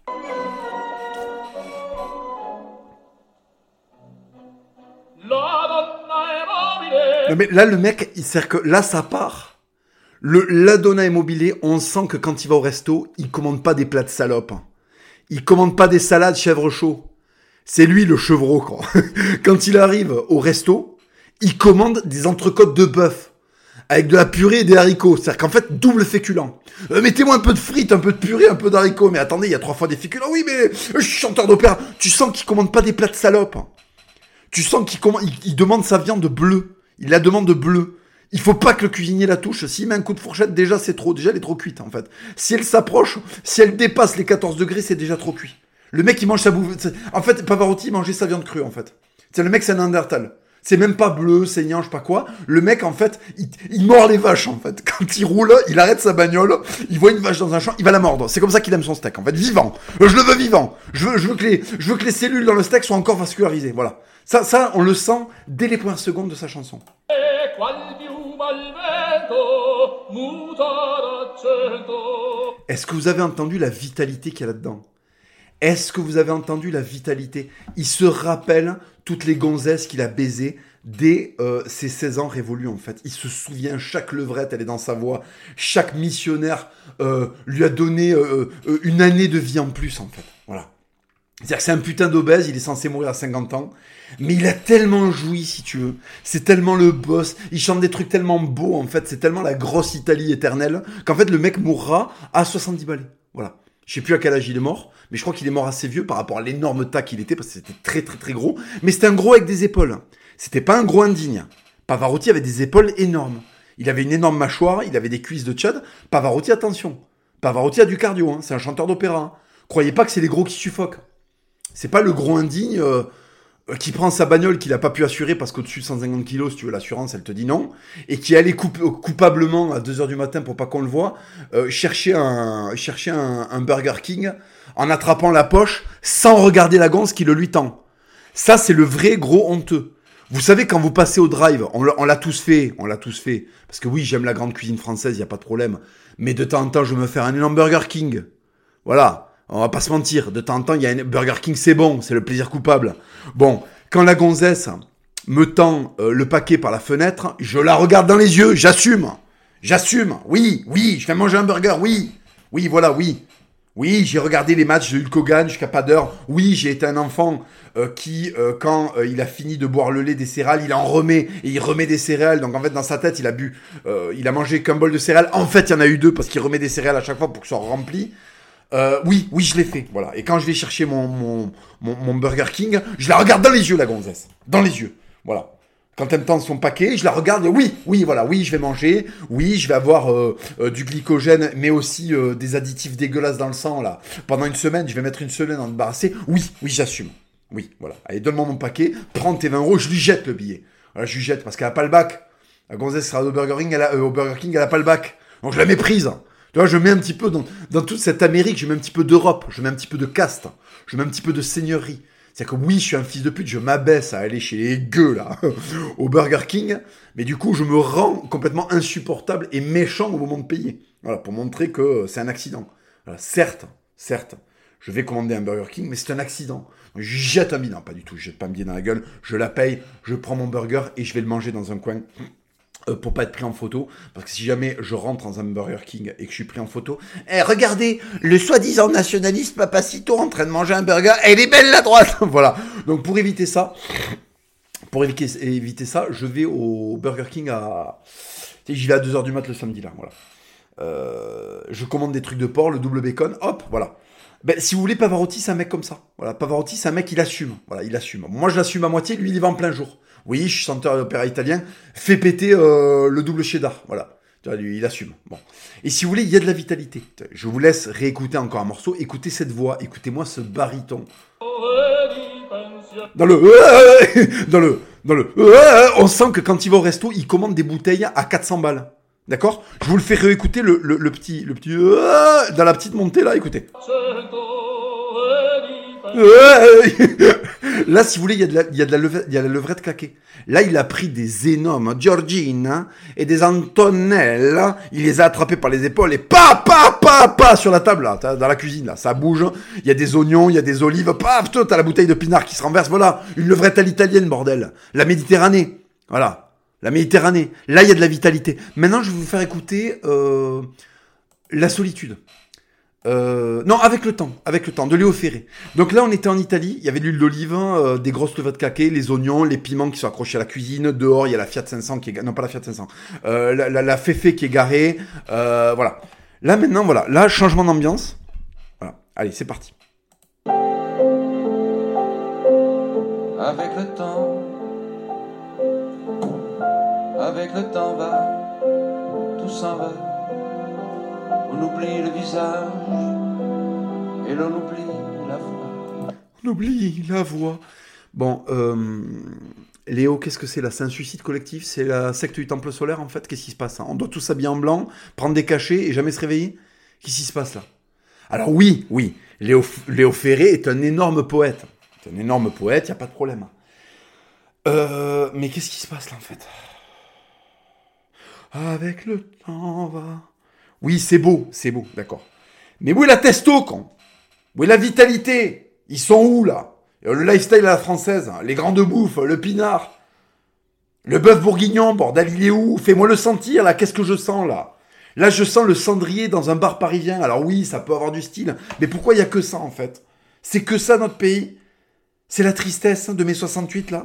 Non, mais là, le mec, c'est-à-dire que là, ça part. La Donna Immobilier, on sent que quand il va au resto, il commande pas des plats de salope. Il commande pas des salades chèvre chaud. C'est lui le chevreau, quoi. Quand il arrive au resto, il commande des entrecôtes de bœuf avec de la purée et des haricots. C'est-à-dire qu'en fait, double féculent. Mettez-moi un peu de frites, un peu de purée, un peu d'haricots. Mais attendez, il y a 3 fois des féculents. Oui, mais je suis chanteur d'opéra. Tu sens qu'il commande pas des plats de salope. Tu sens qu'il demande sa viande bleue. Il la demande bleue. Il faut pas que le cuisinier la touche. S'il met un coup de fourchette, déjà c'est trop. Déjà elle est trop cuite en fait. Si elle s'approche, si elle dépasse les 14 degrés, c'est déjà trop cuit. Le mec il mange sa bouffe. En fait, Pavarotti il mangeait sa viande crue en fait. C'est le mec, c'est un Néandertal. C'est même pas bleu, saignant, je sais pas quoi. Le mec en fait, il mord les vaches en fait. Quand il roule, il arrête sa bagnole, il voit une vache dans un champ, il va la mordre. C'est comme ça qu'il aime son steak en fait, vivant. Je le veux vivant. Je veux que les cellules dans le steak soient encore vascularisées. Voilà. Ça, on le sent dès les premières secondes de sa chanson. Est-ce que vous avez entendu la vitalité qu'il y a là-dedans? Est-ce que vous avez entendu la vitalité? Il se rappelle toutes les gonzesses qu'il a baisées dès ses 16 ans révolus en fait. Il se souvient, chaque levrette, elle est dans sa voix. Chaque missionnaire lui a donné une année de vie en plus en fait. Voilà. C'est-à-dire que c'est un putain d'obèse, il est censé mourir à 50 ans. Mais il a tellement joui, si tu veux. C'est tellement le boss. Il chante des trucs tellement beaux, en fait. C'est tellement la grosse Italie éternelle qu'en fait, le mec mourra à 70 balais. Voilà. Je sais plus à quel âge il est mort, mais je crois qu'il est mort assez vieux par rapport à l'énorme tas qu'il était, parce que c'était très, très, très gros. Mais c'était un gros avec des épaules. C'était pas un gros indigne. Pavarotti avait des épaules énormes. Il avait une énorme mâchoire, il avait des cuisses de Tchad. Pavarotti, attention. Pavarotti a du cardio, hein. C'est un chanteur d'opéra. Hein. Croyez pas que c'est les gros qui suffoquent. C'est pas le gros indigne qui prend sa bagnole qu'il a pas pu assurer parce qu'au-dessus de 150 kilos, si tu veux, l'assurance, elle te dit non, et qui allait coupablement à 2h du matin pour pas qu'on le voit, chercher un Burger King en attrapant la poche sans regarder la gonze qui le lui tend. Ça, c'est le vrai gros honteux. Vous savez, quand vous passez au drive, on l'a tous fait, parce que oui, j'aime la grande cuisine française, y a pas de problème, mais de temps en temps, je veux me faire un énorme Burger King. Voilà. On va pas se mentir, de temps en temps, il y a un Burger King, c'est bon, c'est le plaisir coupable. Bon, quand la gonzesse me tend le paquet par la fenêtre, je la regarde dans les yeux, j'assume, oui, je vais manger un burger, oui, voilà, oui, j'ai regardé les matchs de Hulk Hogan jusqu'à pas d'heure, oui, j'ai été un enfant qui, quand il a fini de boire le lait des céréales, il en remet, et il remet des céréales, donc en fait, dans sa tête, il a mangé qu'un bol de céréales, en fait, il y en a eu 2, parce qu'il remet des céréales à chaque fois pour que ça soit rempli. Oui, je l'ai fait, voilà. Et quand je vais chercher mon Burger King, je la regarde dans les yeux, la gonzesse. Dans les yeux, voilà. Quand elle me tend son paquet, je la regarde, voilà, je vais manger, oui, je vais avoir du glycogène, mais aussi des additifs dégueulasses dans le sang, là. Pendant une semaine, je vais mettre une semaine à en débarrasser. Oui, j'assume. Oui, voilà. Allez, donne-moi mon paquet, prends tes 20 €, je lui jette le billet. Voilà, je lui jette parce qu'elle a pas le bac. La gonzesse sera au Burger King, elle a pas le bac. Donc je la méprise. Tu vois, je mets un petit peu dans toute cette Amérique, je mets un petit peu d'Europe, je mets un petit peu de caste, je mets un petit peu de seigneurie. C'est-à-dire que oui, je suis un fils de pute, je m'abaisse à aller chez les gueux, là, au Burger King, mais du coup, je me rends complètement insupportable et méchant au moment de payer. Voilà, pour montrer que c'est un accident. Voilà, certes, je vais commander un Burger King, mais c'est un accident. Donc, je jette un billet. Non, pas du tout, je jette pas un billet dans la gueule, je la paye, je prends mon burger et je vais le manger dans un coin. Pour pas être pris en photo, parce que si jamais je rentre dans un Burger King et que je suis pris en photo, regardez, le soi-disant nationaliste Papacito en train de manger un burger, elle est belle la droite. Voilà. Donc pour éviter ça, je vais au Burger King j'y vais à 2h du mat le samedi là, voilà. Je commande des trucs de porc, le double bacon, hop, voilà. Ben, si vous voulez, Pavarotti, c'est un mec comme ça. Voilà, Pavarotti, c'est un mec, il assume. Voilà, il assume. Moi, je l'assume à moitié, lui, il y va en plein jour. Oui, je suis chanteur d'opéra italien, fais péter le double cheddar. Voilà, tu vois, lui, il assume. Bon. Et si vous voulez, il y a de la vitalité. Je vous laisse réécouter encore un morceau. Écoutez cette voix, écoutez-moi ce baryton. On sent que quand il va au resto, il commande des bouteilles à 400 balles. D'accord ? Je vous le fais réécouter le petit dans la petite montée là, écoutez. Là, si vous voulez, il y a de la levrette claquée. Là, il a pris des énormes Georgines et des Antonelles. Il les a attrapés par les épaules et pa sur la table là, dans la cuisine là. Ça bouge. Il y a des oignons, il y a des olives. Paf, t'as la bouteille de pinard qui se renverse. Voilà, une levrette à l'italienne, bordel. La Méditerranée. Voilà. La Méditerranée. Là, il y a de la vitalité. Maintenant, je vais vous faire écouter La solitude. Non, avec le temps, de Léo Ferré. Donc là, on était en Italie, il y avait de l'huile d'olive, des grosses levettes claquées, les oignons, les piments qui sont accrochés à la cuisine. Dehors, il y a la Fiat 500 qui est... Non, pas la Fiat 500. La Féfé qui est garée. Voilà. Là, maintenant, voilà. Là, changement d'ambiance. Voilà. Allez, c'est parti. Avec le temps va, tout s'en va. On oublie le visage et l'on oublie la voix. On oublie la voix. Bon, Léo, qu'est-ce que c'est là ? C'est un suicide collectif ? C'est la secte du temple solaire en fait ? Qu'est-ce qui se passe hein ? On doit tous s'habiller en blanc, prendre des cachets et jamais se réveiller ? Qu'est-ce qui se passe là ? Alors oui, Léo Ferré est un énorme poète. C'est un énorme poète, il n'y a pas de problème. Mais qu'est-ce qui se passe là en fait ? Avec le temps va... Oui, c'est beau, d'accord. Mais où est la testo, con ? Où est la vitalité ? Ils sont où, là ? Le lifestyle à la française, hein, les grandes bouffes, le pinard, le bœuf bourguignon, bordel, il est où ? Fais-moi le sentir, là, qu'est-ce que je sens, là ? Là, je sens le cendrier dans un bar parisien. Alors oui, ça peut avoir du style, mais pourquoi il n'y a que ça, en fait ? C'est que ça, notre pays ? C'est la tristesse de mai 68, là ?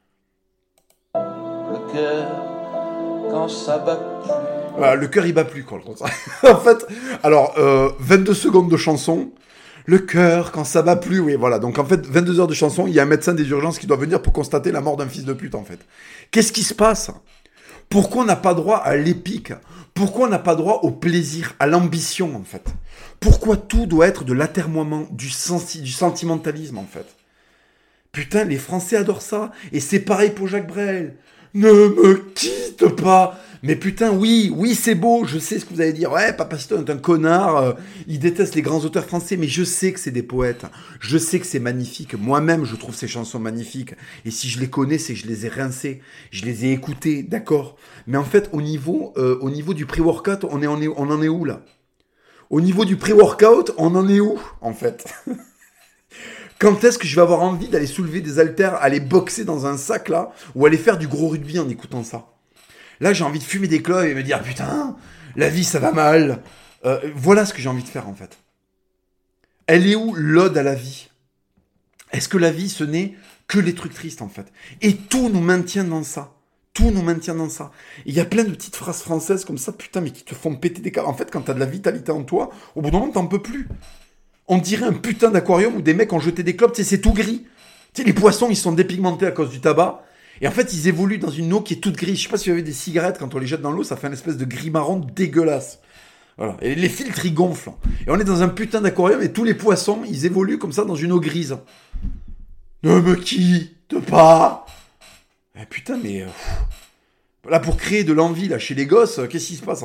Le cœur, quand ça bat plus. Voilà, le cœur, il bat plus, quoi. En fait, alors, 22 secondes de chanson. Le cœur, quand ça bat plus, oui, voilà. Donc, en fait, 22 heures de chanson, il y a un médecin des urgences qui doit venir pour constater la mort d'un fils de pute, en fait. Qu'est-ce qui se passe ? Pourquoi on n'a pas droit à l'épique ? Pourquoi on n'a pas droit au plaisir, à l'ambition, en fait ? Pourquoi tout doit être de l'atermoiement, du sentimentalisme, en fait ? Putain, les Français adorent ça. Et c'est pareil pour Jacques Brel. Ne me quitte pas. Mais putain, oui, c'est beau. Je sais ce que vous allez dire. Ouais, Papacito est un connard. Il déteste les grands auteurs français. Mais je sais que c'est des poètes. Je sais que c'est magnifique. Moi-même, je trouve ces chansons magnifiques. Et si je les connais, c'est que je les ai rincées. Je les ai écoutées, d'accord. Mais en fait, au niveau du pré-workout, on en est où, là ? Au niveau du pré-workout, on en est où, en fait ? Quand est-ce que je vais avoir envie d'aller soulever des haltères, aller boxer dans un sac, là, ou aller faire du gros rugby en écoutant ça ? Là, j'ai envie de fumer des clopes et me dire, putain, la vie, ça va mal. Voilà ce que j'ai envie de faire, en fait. Elle est où l'ode à la vie ? Est-ce que la vie, ce n'est que les trucs tristes, en fait ? Et tout nous maintient dans ça. Tout nous maintient dans ça. Il y a plein de petites phrases françaises comme ça, putain, mais qui te font péter des câbles. En fait, quand t'as de la vitalité en toi, au bout d'un moment, t'en peux plus. On dirait un putain d'aquarium où des mecs ont jeté des clopes, tu sais, c'est tout gris. Tu sais, les poissons, ils sont dépigmentés à cause du tabac. Et en fait, ils évoluent dans une eau qui est toute grise. Je sais pas si vous avez des cigarettes, quand on les jette dans l'eau, ça fait une espèce de gris marron dégueulasse. Voilà. Et les filtres, ils gonflent. Et on est dans un putain d'aquarium et tous les poissons, ils évoluent comme ça dans une eau grise. Ne me quitte pas. Putain, mais... Là, pour créer de l'envie, là, chez les gosses, qu'est-ce qui se passe, en fait ?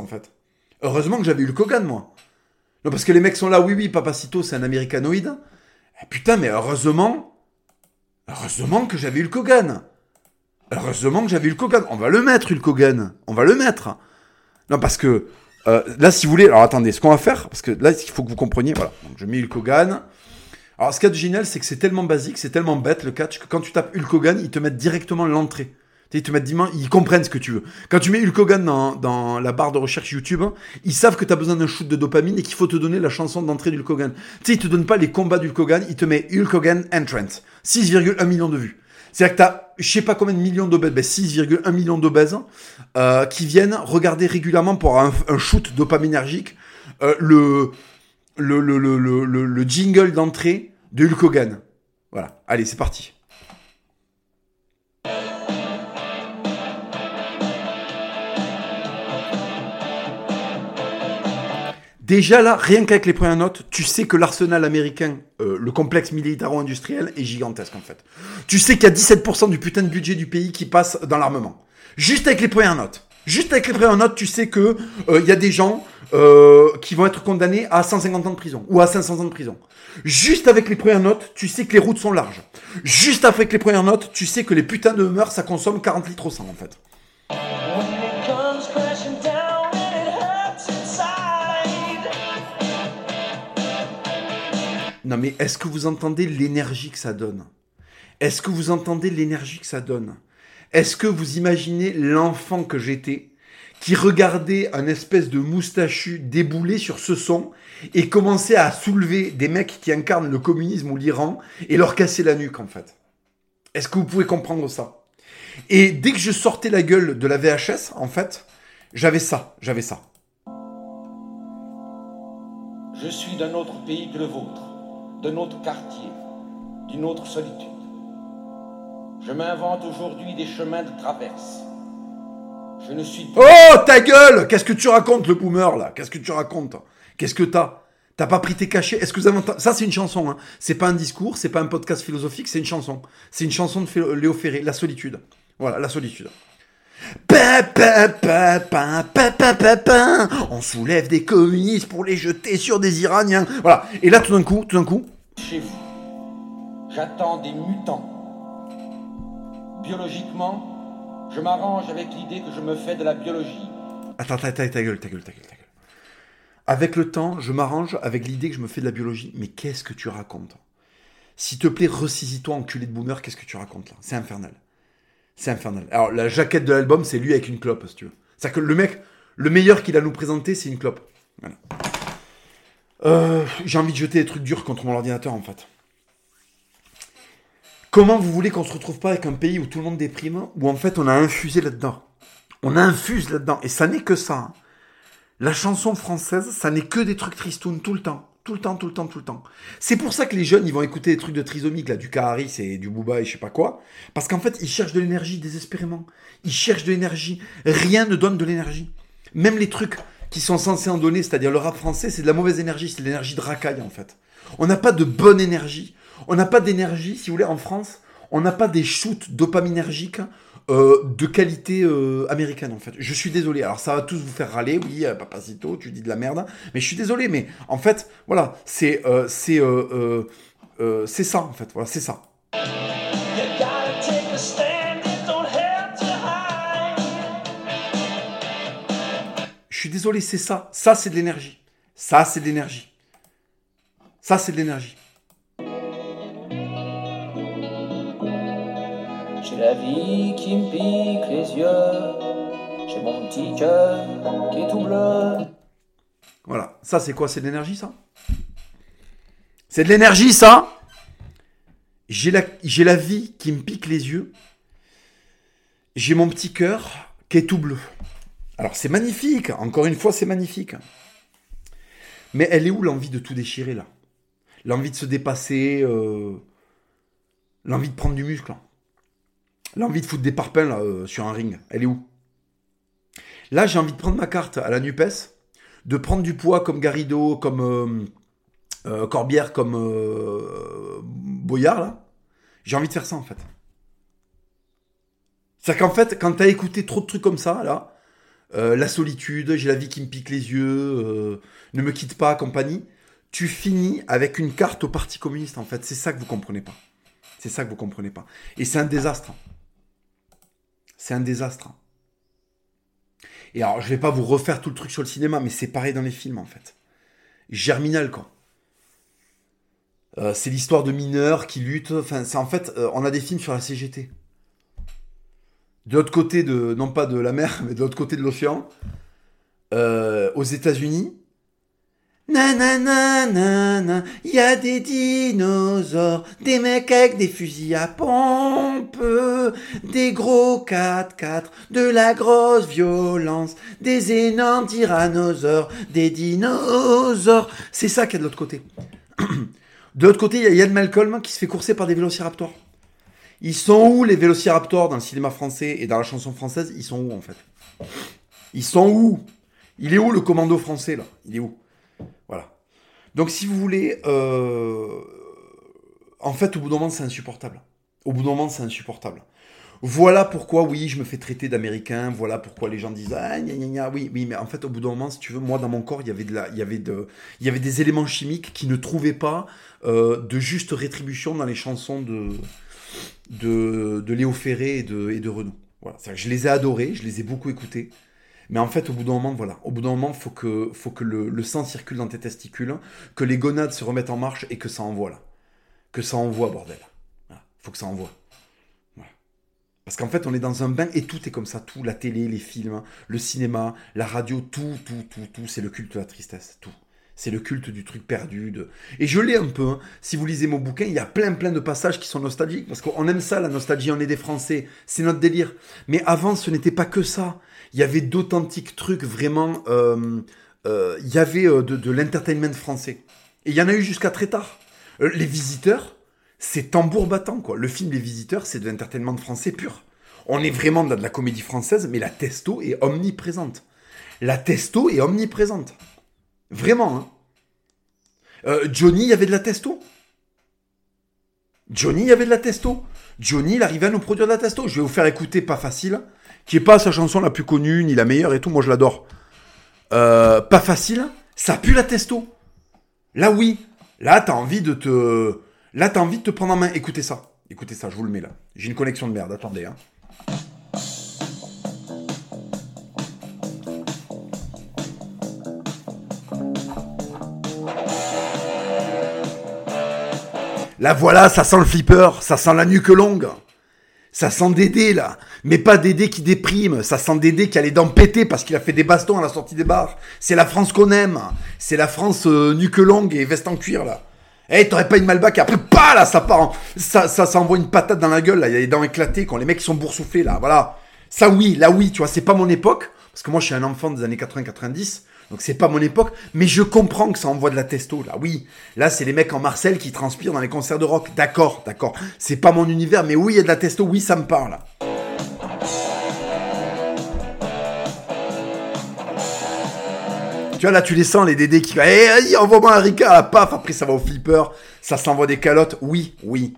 Heureusement que j'avais eu le Kogan, moi. Non, parce que les mecs sont là, oui, Papacito, c'est un américanoïde. Eh, putain, mais heureusement que j'avais eu le Kogan. Heureusement que j'avais eu le Kogan. On va le mettre, Hulk Hogan. On va le mettre. Non, parce que là, si vous voulez... Alors, attendez, ce qu'on va faire, parce que là, il faut que vous compreniez. Voilà, donc je mets Hulk Hogan. Alors, ce qu'il y a de génial, c'est que c'est tellement basique, c'est tellement bête, le catch, que quand tu tapes Hulk Hogan, ils te mettent directement l'entrée. Ils te mettent ils comprennent ce que tu veux. Quand tu mets Hulk Hogan dans la barre de recherche YouTube, hein, ils savent que tu as besoin d'un shoot de dopamine et qu'il faut te donner la chanson d'entrée d'Hulk Hogan. Tu sais, ils te donnent pas les combats d'Hulk Hogan, ils te mettent Hulk Hogan Entrance. 6,1 millions de vues. C'est-à-dire que tu as, je sais pas combien de millions d'obèses, 6,1 millions d'obèses qui viennent regarder régulièrement pour un shoot dopaminergique le jingle d'entrée de Hulk Hogan. Voilà, allez, c'est parti. Déjà là, rien qu'avec les premières notes, tu sais que l'arsenal américain, le complexe militaro-industriel, est gigantesque en fait. Tu sais qu'il y a 17% du putain de budget du pays qui passe dans l'armement. Juste avec les premières notes. Juste avec les premières notes, tu sais que y a des gens qui vont être condamnés à 150 ans de prison ou à 500 ans de prison. Juste avec les premières notes, tu sais que les routes sont larges. Juste avec les premières notes, tu sais que les putains de mœurs, ça consomme 40 litres au 100 en fait. Non mais est-ce que vous entendez l'énergie que ça donne ? Est-ce que vous entendez l'énergie que ça donne ? Est-ce que vous imaginez l'enfant que j'étais qui regardait un espèce de moustachu débouler sur ce son et commençait à soulever des mecs qui incarnent le communisme ou l'Iran et leur casser la nuque en fait ? Est-ce que vous pouvez comprendre ça ? Et dès que je sortais la gueule de la VHS, en fait, j'avais ça. Je suis d'un autre pays que le vôtre, d'un autre quartier, d'une autre solitude. Je m'invente aujourd'hui des chemins de traverse. Je ne suis plus... Oh, ta gueule ! Qu'est-ce que tu racontes, le boomer, là ? Qu'est-ce que tu racontes ? Qu'est-ce que t'as ? T'as pas pris tes cachets ? Est-ce que vous avez entendu... Ça, c'est une chanson, hein. C'est pas un discours, c'est pas un podcast philosophique, c'est une chanson. C'est une chanson de Léo Ferré, La solitude. Voilà, La solitude. On soulève des communistes pour les jeter sur des Iraniens. Voilà. Et là, tout d'un coup... Chez vous, j'attends des mutants. Biologiquement, je m'arrange avec l'idée que je me fais de la biologie. Attends, ta gueule. Avec le temps, je m'arrange avec l'idée que je me fais de la biologie. Mais qu'est-ce que tu racontes ? S'il te plaît, ressaisis-toi, enculé de boomer, qu'est-ce que tu racontes là ? C'est infernal. Alors, la jaquette de l'album, c'est lui avec une clope, si tu veux. C'est-à-dire que le mec, le meilleur qu'il a nous présenté, c'est une clope. Voilà. J'ai envie de jeter des trucs durs contre mon ordinateur, en fait. Comment vous voulez qu'on se retrouve pas avec un pays où tout le monde déprime, où en fait on a infusé là-dedans ? On infuse là-dedans, et ça n'est que ça. Hein. La chanson française, ça n'est que des trucs tristounes tout le temps. Tout le temps. C'est pour ça que les jeunes, ils vont écouter des trucs de trisomique, là, du Kaharis et du Booba et je sais pas quoi. Parce qu'en fait, ils cherchent de l'énergie désespérément. Ils cherchent de l'énergie. Rien ne donne de l'énergie. Même les trucs qui sont censés en donner, c'est-à-dire le rap français, c'est de la mauvaise énergie. C'est de l'énergie de racaille, en fait. On n'a pas de bonne énergie. On n'a pas d'énergie, si vous voulez, en France. On n'a pas des shoots dopaminergiques de qualité américaine, en fait. Je suis désolé. Alors, ça va tous vous faire râler. Oui, Papacito, tu dis de la merde. Mais je suis désolé. Mais en fait, voilà, c'est ça, en fait. Voilà, c'est ça. Je suis désolé, c'est ça. Ça, c'est de l'énergie. Ça, c'est de l'énergie. J'ai la vie qui me pique les yeux, j'ai mon petit cœur qui est tout bleu. Voilà, ça c'est quoi ? C'est de l'énergie, ça ? C'est de l'énergie, ça ? J'ai la vie qui me pique les yeux, j'ai mon petit cœur qui est tout bleu. Alors c'est magnifique, encore une fois c'est magnifique. Mais elle est où l'envie de tout déchirer, là ? L'envie de se dépasser, l'envie de prendre du muscle, là. L'envie de foutre des parpaings là, sur un ring, elle est où ? Là, j'ai envie de prendre ma carte à la NUPES, de prendre du poids comme Garrido, comme Corbière, comme Boyard, là. J'ai envie de faire ça, en fait. C'est-à-dire qu'en fait, quand t'as écouté trop de trucs comme ça, là, La solitude, j'ai la vie qui me pique les yeux, ne me quitte pas, compagnie. Tu finis avec une carte au Parti communiste, en fait. C'est ça que vous comprenez pas. C'est ça que vous comprenez pas. Et c'est un désastre. C'est un désastre. Et alors, je vais pas vous refaire tout le truc sur le cinéma, mais c'est pareil dans les films, en fait. Germinal, quoi. C'est l'histoire de mineurs qui luttent. Enfin, c'est en fait, on a des films sur la CGT. De l'autre côté de, non pas de la mer, mais de l'autre côté de l'océan, aux États-Unis. Nanana, il y a des dinosaures, des mecs avec des fusils à pompe, des gros 4x4, de la grosse violence, des énormes tyrannosaures, des dinosaures. C'est ça qu'il y a de l'autre côté. De l'autre côté, il y a Ian Malcolm qui se fait courser par des vélociraptors. Ils sont où les vélociraptors dans le cinéma français et dans la chanson française? Ils sont où en fait? Ils sont où? Il est où le commando français là? Il est où? Voilà. Donc si vous voulez, en fait au bout d'un moment c'est insupportable. Au bout d'un moment c'est insupportable. Voilà pourquoi oui je me fais traiter d'américain. Voilà pourquoi les gens disent ah gna gna gna. Oui mais en fait au bout d'un moment si tu veux moi dans mon corps il y avait des éléments chimiques qui ne trouvaient pas de juste rétribution dans les chansons de Léo Ferré et de Renaud. Voilà, c'est-à-dire que je les ai adorés, je les ai beaucoup écoutés. Mais en fait, au bout d'un moment, voilà. Au bout d'un moment, faut que le sang circule dans tes testicules, que les gonades se remettent en marche et que ça envoie, là. Que ça envoie, bordel. Voilà. Faut que ça envoie. Voilà. Parce qu'en fait, on est dans un bain et tout est comme ça. Tout, la télé, les films, le cinéma, la radio, tout. C'est le culte de la tristesse. Tout. C'est le culte du truc perdu. Et je l'ai un peu. Hein. Si vous lisez mon bouquin, il y a plein de passages qui sont nostalgiques. Parce qu'on aime ça, la nostalgie. On est des Français. C'est notre délire. Mais avant, ce n'était pas que ça. Il y avait d'authentiques trucs vraiment. Il y avait de l'entertainment français. Et il y en a eu jusqu'à très tard. Les Visiteurs, c'est tambour battant, quoi. Le film Les Visiteurs, c'est de l'entertainment français pur. On est vraiment dans de la comédie française, mais la testo est omniprésente. La testo est omniprésente. Vraiment, hein. Johnny, il y avait de la testo. Johnny, il y avait de la testo. Johnny, il arrivait à nous produire de la testo. Je vais vous faire écouter Pas Facile, qui est pas sa chanson la plus connue, ni la meilleure et tout. Moi, je l'adore. Pas Facile, ça pue la testo. Là, oui. Là, t'as envie de te prendre en main. Écoutez ça. Écoutez ça, je vous le mets là. J'ai une connexion de merde. Attendez, hein. Là, voilà, ça sent le flipper, ça sent la nuque longue. Ça sent Dédé, là. Mais pas Dédé qui déprime. Ça sent Dédé qui a les dents pétées parce qu'il a fait des bastons à la sortie des bars. C'est la France qu'on aime. C'est la France nuque longue et veste en cuir, là. Eh, t'aurais pas une Malbac et après, pas là, ça part. Ça envoie une patate dans la gueule, là. Il y a les dents éclatées quand les mecs sont boursouflés, là. Voilà. Ça, oui, là, oui, tu vois, c'est pas mon époque. Parce que moi, je suis un enfant des années 80-90. Donc c'est pas mon époque, mais je comprends que ça envoie de la testo, là, oui. Là, c'est les mecs en Marseille qui transpirent dans les concerts de rock. D'accord. C'est pas mon univers, mais oui, il y a de la testo, oui, ça me parle. Tu vois, là, tu les sens, les Dédés qui... Eh, envoie-moi un Ricard, là, paf, après ça va au flipper, ça s'envoie des calottes, oui.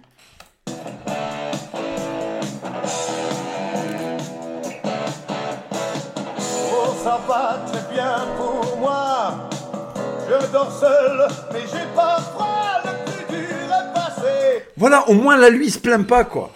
Ça va très bien pour moi. Je dors seul, mais j'ai pas froid. Le plus dur est passé. Voilà, au moins là, lui, il se plaint pas, quoi.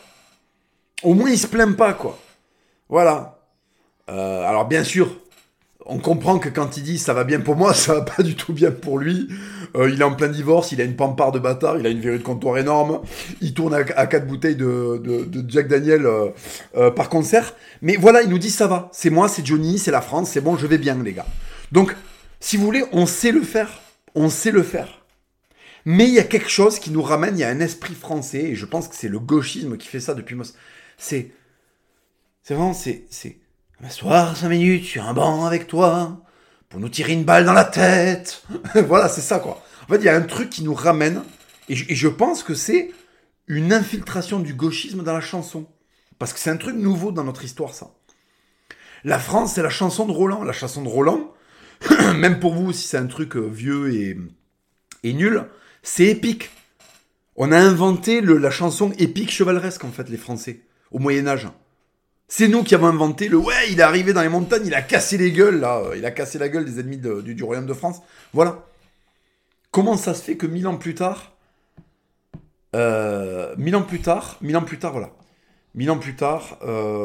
Voilà. Alors, bien sûr, on comprend que quand il dit ça va bien pour moi, ça va pas du tout bien pour lui. Il est en plein divorce, il a une pampare de bâtard, il a une verrue de comptoir énorme, il tourne à 4 bouteilles de Jack Daniel par concert. Mais voilà, il nous dit ça va, c'est moi, c'est Johnny, c'est la France, c'est bon, je vais bien les gars. Donc, si vous voulez, on sait le faire. Mais il y a quelque chose qui nous ramène, il y a un esprit français, et je pense que c'est le gauchisme qui fait ça depuis... C'est vraiment, m'asseoir 5 minutes sur un banc avec toi, pour nous tirer une balle dans la tête. Voilà, c'est ça, quoi. En fait, il y a un truc qui nous ramène, et je pense que c'est une infiltration du gauchisme dans la chanson. Parce que c'est un truc nouveau dans notre histoire, ça. La France, c'est la chanson de Roland. La chanson de Roland, même pour vous, si c'est un truc vieux et nul, c'est épique. On a inventé la chanson épique chevaleresque, en fait, les Français, au Moyen-Âge. C'est nous qui avons inventé le « ouais, il est arrivé dans les montagnes, il a cassé les gueules, là. Il a cassé la gueule des ennemis du royaume de France. » Voilà. Comment ça se fait que 1000 ans plus tard... 1000 ans plus tard, voilà. 1000 ans plus tard...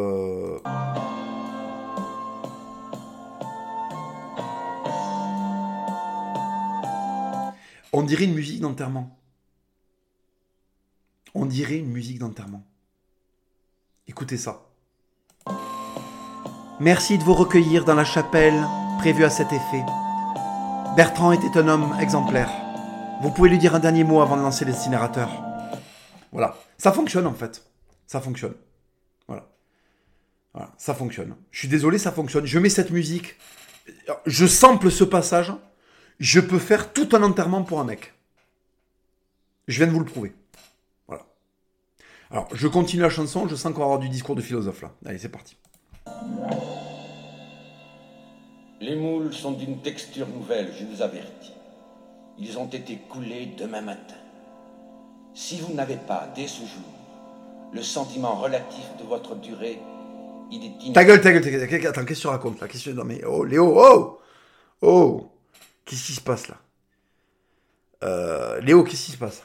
on dirait une musique d'enterrement. On dirait une musique d'enterrement. Écoutez ça. Merci de vous recueillir dans la chapelle prévue à cet effet. Bertrand était un homme exemplaire. Vous pouvez lui dire un dernier mot avant de lancer l'incinérateur. Voilà. Ça fonctionne en fait. Ça fonctionne. Voilà. Voilà. Ça fonctionne. Je suis désolé, ça fonctionne. Je mets cette musique. Je sample ce passage. Je peux faire tout un enterrement pour un mec. Je viens de vous le prouver. Voilà. Alors, je continue la chanson. Je sens qu'on va avoir du discours de philosophe là. Allez, c'est parti. Les moules sont d'une texture nouvelle, je vous avertis. Ils ont été coulés demain matin. Si vous n'avez pas, dès ce jour, le sentiment relatif de votre durée, il est Ta gueule. Attends, qu'est-ce que tu racontes là? Qu'est-ce que tu... Non mais, oh, Léo, oh! Qu'est-ce qui se passe là? Léo, qu'est-ce qui se passe?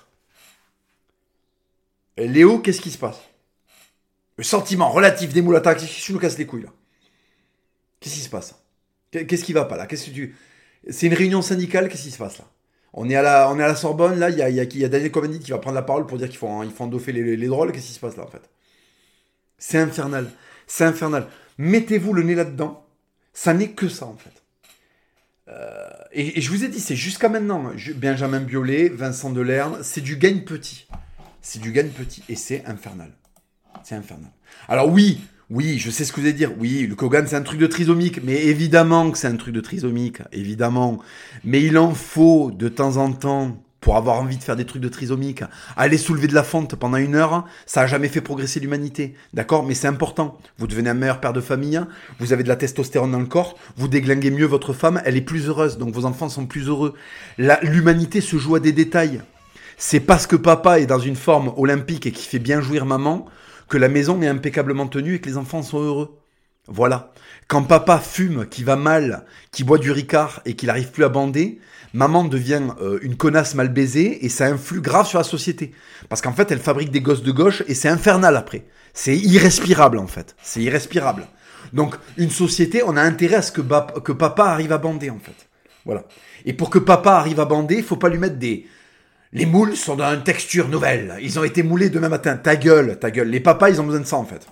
Léo, qu'est-ce qui se passe? Le sentiment relatif des moules, attends, qu'est-ce que tu nous casses les couilles là? Qu'est-ce qui se passe? Qu'est-ce qui va pas là? Qu'est-ce que tu... C'est une réunion syndicale, qu'est-ce qui se passe là? On est à la Sorbonne, là, il y a Daniel Cohn-Bendit qui va prendre la parole pour dire qu'il faut endoffer les drôles, qu'est-ce qui se passe là en fait? C'est infernal, c'est infernal. Mettez-vous le nez là-dedans, ça n'est que ça en fait. Et je vous ai dit, c'est jusqu'à maintenant, Benjamin Biolay, Vincent Delerme, c'est du gagne petit. C'est du gagne petit, et c'est infernal. C'est infernal. Alors oui, je sais ce que vous allez dire. Oui, le Kogan, c'est un truc de trisomique. Mais évidemment que c'est un truc de trisomique. Évidemment. Mais il en faut de temps en temps pour avoir envie de faire des trucs de trisomique. Aller soulever de la fonte pendant 1 heure, ça n'a jamais fait progresser l'humanité. D'accord? Mais c'est important. Vous devenez un meilleur père de famille. Vous avez de la testostérone dans le corps. Vous déglinguez mieux votre femme. Elle est plus heureuse. Donc vos enfants sont plus heureux. L'humanité se joue à des détails. C'est parce que papa est dans une forme olympique et qui fait bien jouir maman que la maison est impeccablement tenue et que les enfants sont heureux. Voilà. Quand papa fume, qui va mal, qui boit du Ricard et qu'il n'arrive plus à bander, maman devient une connasse mal baisée et ça influe grave sur la société. Parce qu'en fait, elle fabrique des gosses de gauche et c'est infernal après. C'est irrespirable en fait. C'est irrespirable. Donc, une société, on a intérêt à ce que papa arrive à bander en fait. Voilà. Et pour que papa arrive à bander, il faut pas lui mettre des... Les moules sont dans une texture nouvelle. Ils ont été moulés demain matin. Ta gueule. Les papas, ils ont besoin de ça, en fait.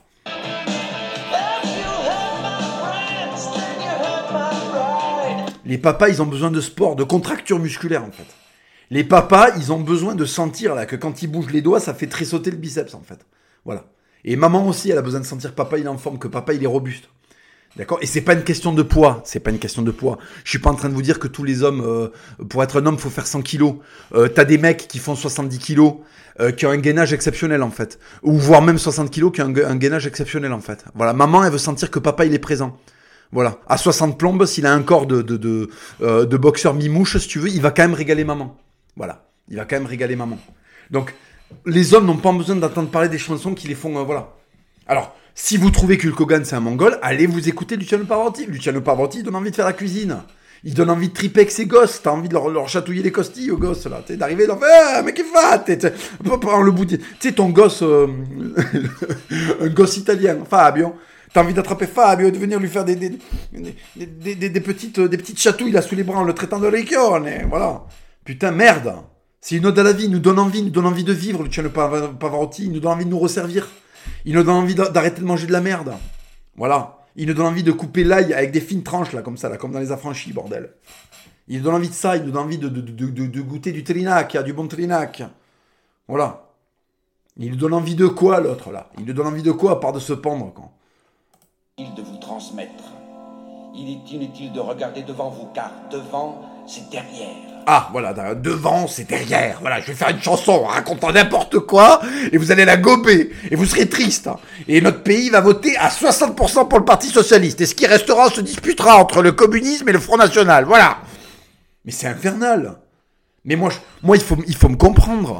Les papas, ils ont besoin de sport, de contracture musculaire, en fait. Les papas, ils ont besoin de sentir, là, que quand ils bougent les doigts, ça fait tressauter le biceps, en fait. Voilà. Et maman aussi, elle a besoin de sentir papa, il est en forme, que papa, il est robuste. D'accord? Et c'est pas une question de poids. C'est pas une question de poids. Je suis pas en train de vous dire que tous les hommes, pour être un homme, faut faire 100 kilos. T'as des mecs qui font 70 kilos, qui ont un gainage exceptionnel, en fait. Ou voire même 60 kilos qui ont un gainage exceptionnel, en fait. Voilà. Maman, elle veut sentir que papa, il est présent. Voilà. À 60 plombes, s'il a un corps de boxeur mi-mouche, si tu veux, il va quand même régaler maman. Voilà. Il va quand même régaler maman. Donc, les hommes n'ont pas besoin d'entendre parler des chansons qui les font, voilà. Alors, si vous trouvez que Hulk Hogan c'est un mongol, allez vous écouter Luciano Pavarotti. Luciano Pavarotti, il donne envie de faire la cuisine. Il donne envie de triper avec ses gosses. T'as envie de leur chatouiller les costilles aux gosses, là. T'sais, d'arriver, leur faire, mais qui va? Prends le bout de... Tu sais, ton gosse, un gosse italien, Fabio. T'as envie d'attraper Fabio et de venir lui faire des petites chatouilles, là, sous les bras, en le traitant de riccione. Voilà. Putain, merde. C'est une ode à la vie. Il nous donne envie de vivre, Luciano Pavarotti. Il nous donne envie de nous resservir. Il nous donne envie d'arrêter de manger de la merde. Voilà. Il nous donne envie de couper l'ail avec des fines tranches, là, comme ça, là, comme dans les affranchis, bordel. Il nous donne envie de ça, il nous donne envie de goûter du Trinac, du bon Trinac. Voilà. Il nous donne envie de quoi, l'autre, là? Il nous donne envie de quoi, à part de se pendre, quoi? De vous transmettre. Il est inutile de regarder devant vous, car devant, c'est derrière. Ah, voilà, devant, c'est derrière. Voilà, je vais faire une chanson racontant n'importe quoi, et vous allez la gober, et vous serez triste. Hein. Et notre pays va voter à 60% pour le Parti Socialiste, et ce qui restera se disputera entre le communisme et le Front National, voilà. Mais c'est infernal. Mais moi, il faut me comprendre.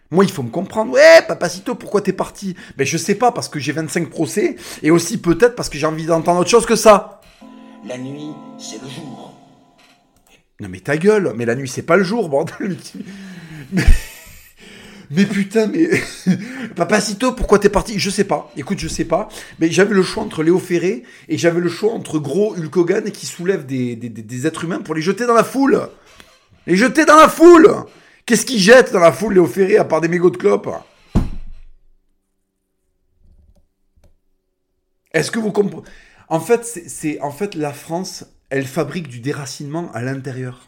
Moi, il faut me comprendre. Ouais, Papacito, pourquoi t'es parti? Ben, je sais pas, parce que j'ai 25 procès, et aussi peut-être parce que j'ai envie d'entendre autre chose que ça. La nuit, c'est le jour. Non mais ta gueule, mais la nuit c'est pas le jour, bordel. Mais putain, mais... Papacito, pourquoi t'es parti? Je sais pas, écoute, je sais pas. Mais j'avais le choix entre Léo Ferré et j'avais le choix entre gros Hulk Hogan qui soulève des êtres humains pour les jeter dans la foule. Les jeter dans la foule. Qu'est-ce qu'ils jettent dans la foule, Léo Ferré, à part des mégots de clopes? Est-ce que vous comprenez? En fait, la France, elle fabrique du déracinement à l'intérieur.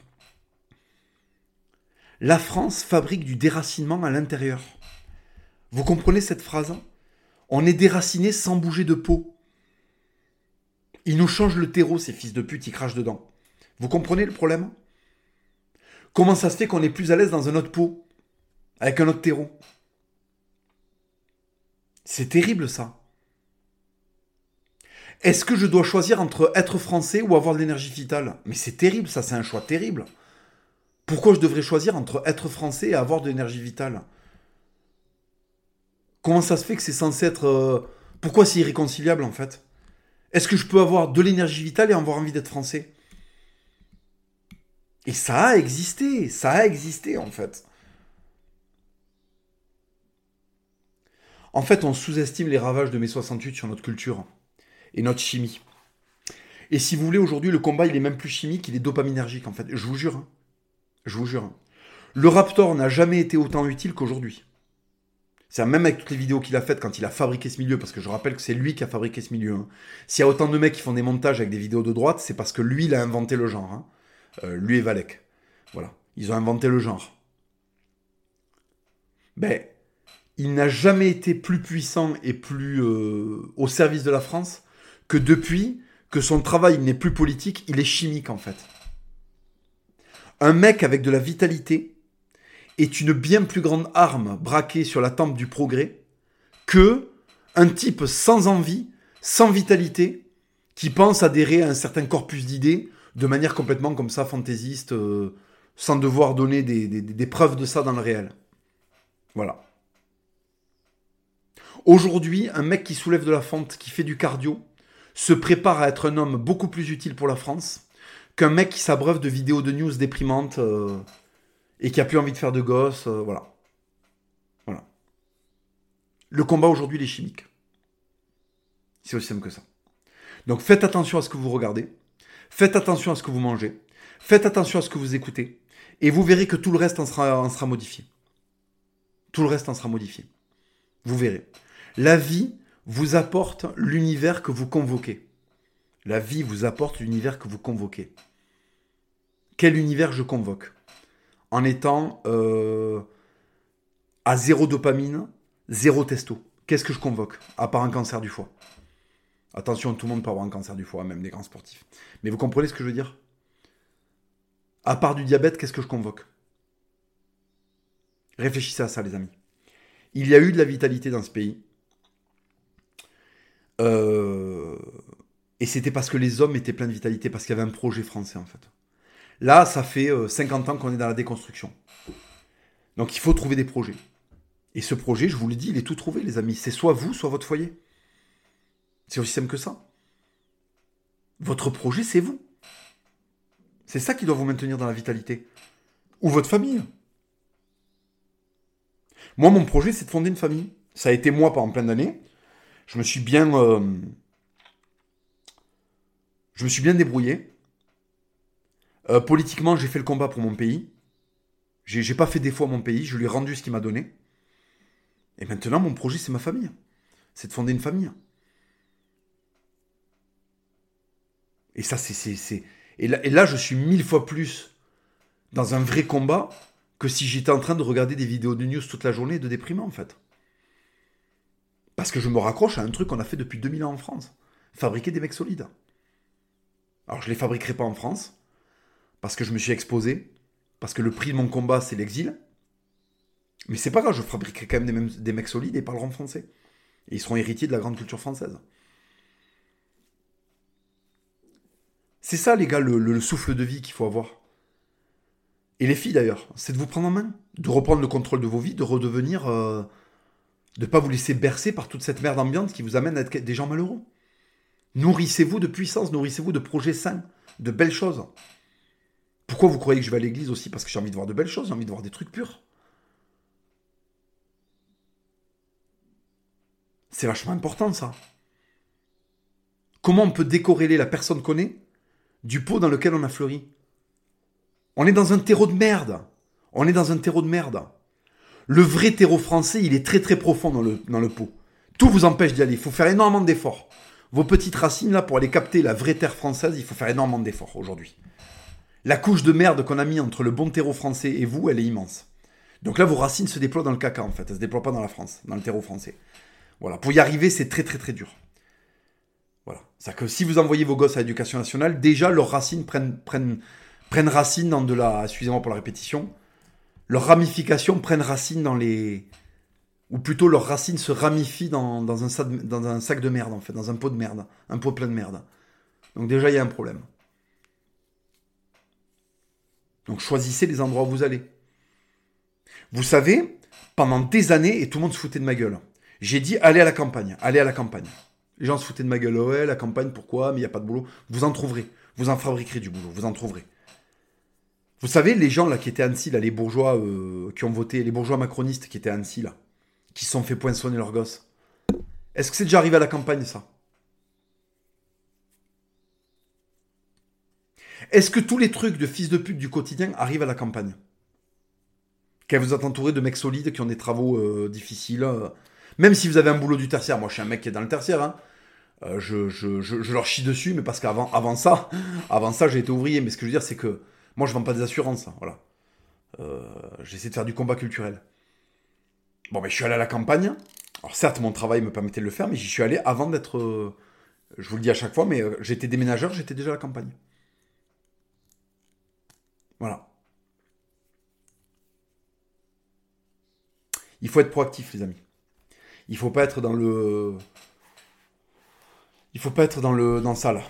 La France fabrique du déracinement à l'intérieur. Vous comprenez cette phrase? On est déraciné sans bouger de peau. Ils nous changent le terreau, ces fils de pute, ils crachent dedans. Vous comprenez le problème? Comment ça se fait qu'on est plus à l'aise dans un autre pot, avec un autre terreau? C'est terrible ça. Est-ce que je dois choisir entre être français ou avoir de l'énergie vitale? Mais c'est terrible ça, c'est un choix terrible. Pourquoi je devrais choisir entre être français et avoir de l'énergie vitale? Comment ça se fait que c'est censé être... Pourquoi c'est irréconciliable en fait? Est-ce que je peux avoir de l'énergie vitale et avoir envie d'être français? Et ça a existé en fait. En fait, on sous-estime les ravages de mai 68 sur notre culture et notre chimie. Et si vous voulez, aujourd'hui, le combat, il est même plus chimique, il est dopaminergique en fait. Je vous jure. Je vous jure. Le Raptor n'a jamais été autant utile qu'aujourd'hui. C'est même avec toutes les vidéos qu'il a faites quand il a fabriqué ce milieu, parce que je rappelle que c'est lui qui a fabriqué ce milieu. Hein. S'il y a autant de mecs qui font des montages avec des vidéos de droite, c'est parce que lui, il a inventé le genre. Hein. Lui et Valek. Voilà. Ils ont inventé le genre. Ben, il n'a jamais été plus puissant et plus au service de la France que depuis que son travail n'est plus politique, il est chimique en fait. Un mec avec de la vitalité est une bien plus grande arme braquée sur la tempe du progrès que un type sans envie, sans vitalité, qui pense adhérer à un certain corpus d'idées de manière complètement comme ça, fantaisiste, sans devoir donner des preuves de ça dans le réel. Voilà. Aujourd'hui, un mec qui soulève de la fente, qui fait du cardio, se prépare à être un homme beaucoup plus utile pour la France qu'un mec qui s'abreuve de vidéos de news déprimantes et qui a plus envie de faire de gosses. Voilà. Voilà. Le combat aujourd'hui, il est chimique. C'est aussi simple que ça. Donc faites attention à ce que vous regardez. Faites attention à ce que vous mangez. Faites attention à ce que vous écoutez. Et vous verrez que tout le reste en sera modifié. Tout le reste en sera modifié. Vous verrez. La vie vous apporte l'univers que vous convoquez. La vie vous apporte l'univers que vous convoquez. Quel univers je convoque? En étant à zéro dopamine, zéro testo. Qu'est-ce que je convoque? À part un cancer du foie. Attention, tout le monde peut avoir un cancer du foie, même des grands sportifs. Mais vous comprenez ce que je veux dire? À part du diabète, qu'est-ce que je convoque? Réfléchissez à ça, les amis. Il y a eu de la vitalité dans ce pays. Et c'était parce que les hommes étaient pleins de vitalité, parce qu'il y avait un projet français, en fait. Là, ça fait 50 ans qu'on est dans la déconstruction. Donc, il faut trouver des projets. Et ce projet, je vous le dis, il est tout trouvé, les amis. C'est soit vous, soit votre foyer. C'est aussi simple que ça. Votre projet, c'est vous. C'est ça qui doit vous maintenir dans la vitalité. Ou votre famille. Moi, mon projet, c'est de fonder une famille. Ça a été moi pendant plein d'années. Je me suis bien débrouillé. Politiquement, j'ai fait le combat pour mon pays. J'ai pas fait défaut à mon pays. Je lui ai rendu ce qu'il m'a donné. Et maintenant, mon projet, c'est ma famille. C'est de fonder une famille. Et ça, Et là, je suis 1000 fois plus dans un vrai combat que si j'étais en train de regarder des vidéos de news toute la journée et de déprimer, en fait. Parce que je me raccroche à un truc qu'on a fait depuis 2000 ans en France. Fabriquer des mecs solides. Alors, je ne les fabriquerai pas en France, parce que je me suis exposé, parce que le prix de mon combat, c'est l'exil. Mais c'est pas grave, je fabriquerai quand même des mecs solides et ils parleront français. Et ils seront héritiers de la grande culture française. C'est ça, les gars, le souffle de vie qu'il faut avoir. Et les filles d'ailleurs, c'est de vous prendre en main, de reprendre le contrôle de vos vies, de redevenir... de ne pas vous laisser bercer par toute cette merde ambiante qui vous amène à être des gens malheureux. Nourrissez-vous de puissance, nourrissez-vous de projets sains, de belles choses. Pourquoi vous croyez que je vais à l'église aussi? Parce que j'ai envie de voir de belles choses, j'ai envie de voir des trucs purs. C'est vachement important ça. Comment on peut décorréler la personne qu'on est du pot dans lequel on a fleuri? On est dans un terreau de merde. On est dans un terreau de merde. Le vrai terreau français, il est très très profond dans le pot. Tout vous empêche d'y aller. Il faut faire énormément d'efforts. Vos petites racines là, pour aller capter la vraie terre française, il faut faire énormément d'efforts aujourd'hui. La couche de merde qu'on a mis entre le bon terreau français et vous, elle est immense. Donc là, vos racines se déploient dans le caca en fait. Elles se déploient pas dans la France, dans le terreau français. Voilà. Pour y arriver, c'est très très très dur. Voilà. C'est-à-dire que si vous envoyez vos gosses à l'éducation nationale, déjà leurs racines prennent racine dans de la... Excusez-moi pour la répétition. Leurs ramifications prennent racine dans les... Ou plutôt leurs racines se ramifient dans un sac de merde, en fait, dans un pot de merde. Un pot plein de merde. Donc déjà, il y a un problème. Donc choisissez les endroits où vous allez. Vous savez, pendant des années, et tout le monde se foutait de ma gueule, j'ai dit, allez à la campagne, allez à la campagne. Les gens se foutaient de ma gueule, ouais, la campagne, pourquoi? Mais il n'y a pas de boulot. Vous en trouverez. Vous en fabriquerez du boulot, vous en trouverez. Vous savez, les gens là qui étaient à Annecy, là, les bourgeois qui ont voté, les bourgeois macronistes qui étaient à Annecy, là, qui se sont fait poinçonner leurs gosses. Est-ce que c'est déjà arrivé à la campagne, ça? Est-ce que tous les trucs de fils de pute du quotidien arrivent à la campagne? Quand vous êtes entouré de mecs solides qui ont des travaux difficiles, même si vous avez un boulot du tertiaire. Moi, je suis un mec qui est dans le tertiaire, hein. Je leur chie dessus, mais parce qu'avant ça, j'ai été ouvrier. Mais ce que je veux dire, c'est que moi, je vends pas des assurances, voilà. J'essaie de faire du combat culturel. Bon, mais je suis allé à la campagne. Alors certes, mon travail me permettait de le faire, mais j'y suis allé avant d'être... je vous le dis à chaque fois, mais j'étais déménageur, j'étais déjà à la campagne. Voilà. Il faut être proactif, les amis. Il faut pas être dans le... Il faut pas être dans ça, là.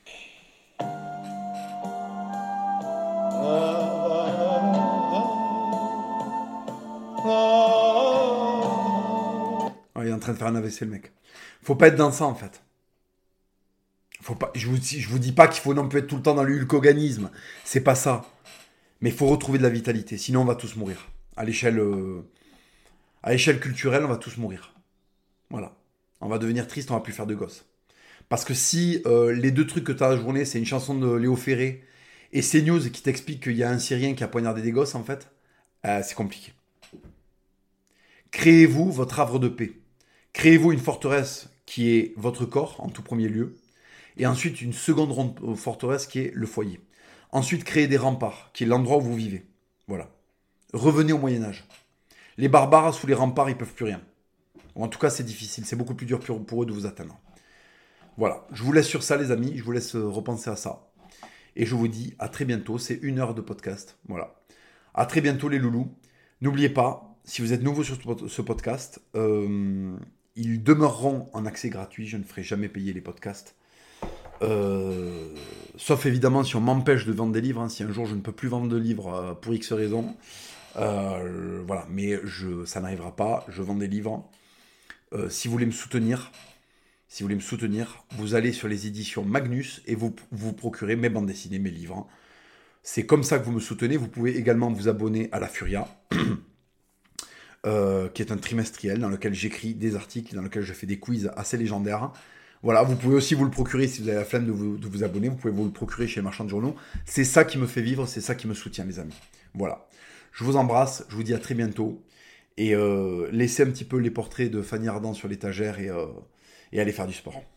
Il est en train de faire un AVC, le mec. Faut pas être dans ça, en fait. Faut pas... je vous dis pas qu'il faut non plus être tout le temps dans le hulkoganisme. C'est pas ça. Mais il faut retrouver de la vitalité. Sinon, on va tous mourir. À l'échelle culturelle, on va tous mourir. Voilà. On va devenir triste, on va plus faire de gosses. Parce que si les deux trucs que tu as à la journée, c'est une chanson de Léo Ferré et CNews qui t'explique qu'il y a un Syrien qui a poignardé des gosses, en fait, c'est compliqué. Créez-vous votre havre de paix. Créez-vous une forteresse qui est votre corps, en tout premier lieu. Et ensuite, une seconde forteresse qui est le foyer. Ensuite, créez des remparts, qui est l'endroit où vous vivez. Voilà. Revenez au Moyen-Âge. Les barbares, sous les remparts, ils peuvent plus rien. Ou en tout cas, c'est difficile. C'est beaucoup plus dur pour eux de vous atteindre. Voilà. Je vous laisse sur ça, les amis. Je vous laisse repenser à ça. Et je vous dis à très bientôt. C'est 1 heure de podcast. Voilà. À très bientôt, les loulous. N'oubliez pas, si vous êtes nouveau sur ce podcast, ils demeureront en accès gratuit. Je ne ferai jamais payer les podcasts. Sauf évidemment si on m'empêche de vendre des livres, hein, si un jour je ne peux plus vendre de livres pour X raisons, voilà, mais ça n'arrivera pas, je vends des livres. Si vous voulez me soutenir, vous allez sur les éditions Magnus et vous procurez mes bandes dessinées, mes livres. C'est comme ça que vous me soutenez. Vous pouvez également vous abonner à La Furia, qui est un trimestriel dans lequel j'écris des articles, dans lequel je fais des quiz assez légendaires. Voilà, vous pouvez aussi vous le procurer si vous avez la flemme de vous abonner. Vous pouvez vous le procurer chez les marchands de journaux. C'est ça qui me fait vivre, c'est ça qui me soutient, les amis. Voilà. Je vous embrasse, je vous dis à très bientôt. Et laissez un petit peu les portraits de Fanny Ardant sur l'étagère et allez faire du sport.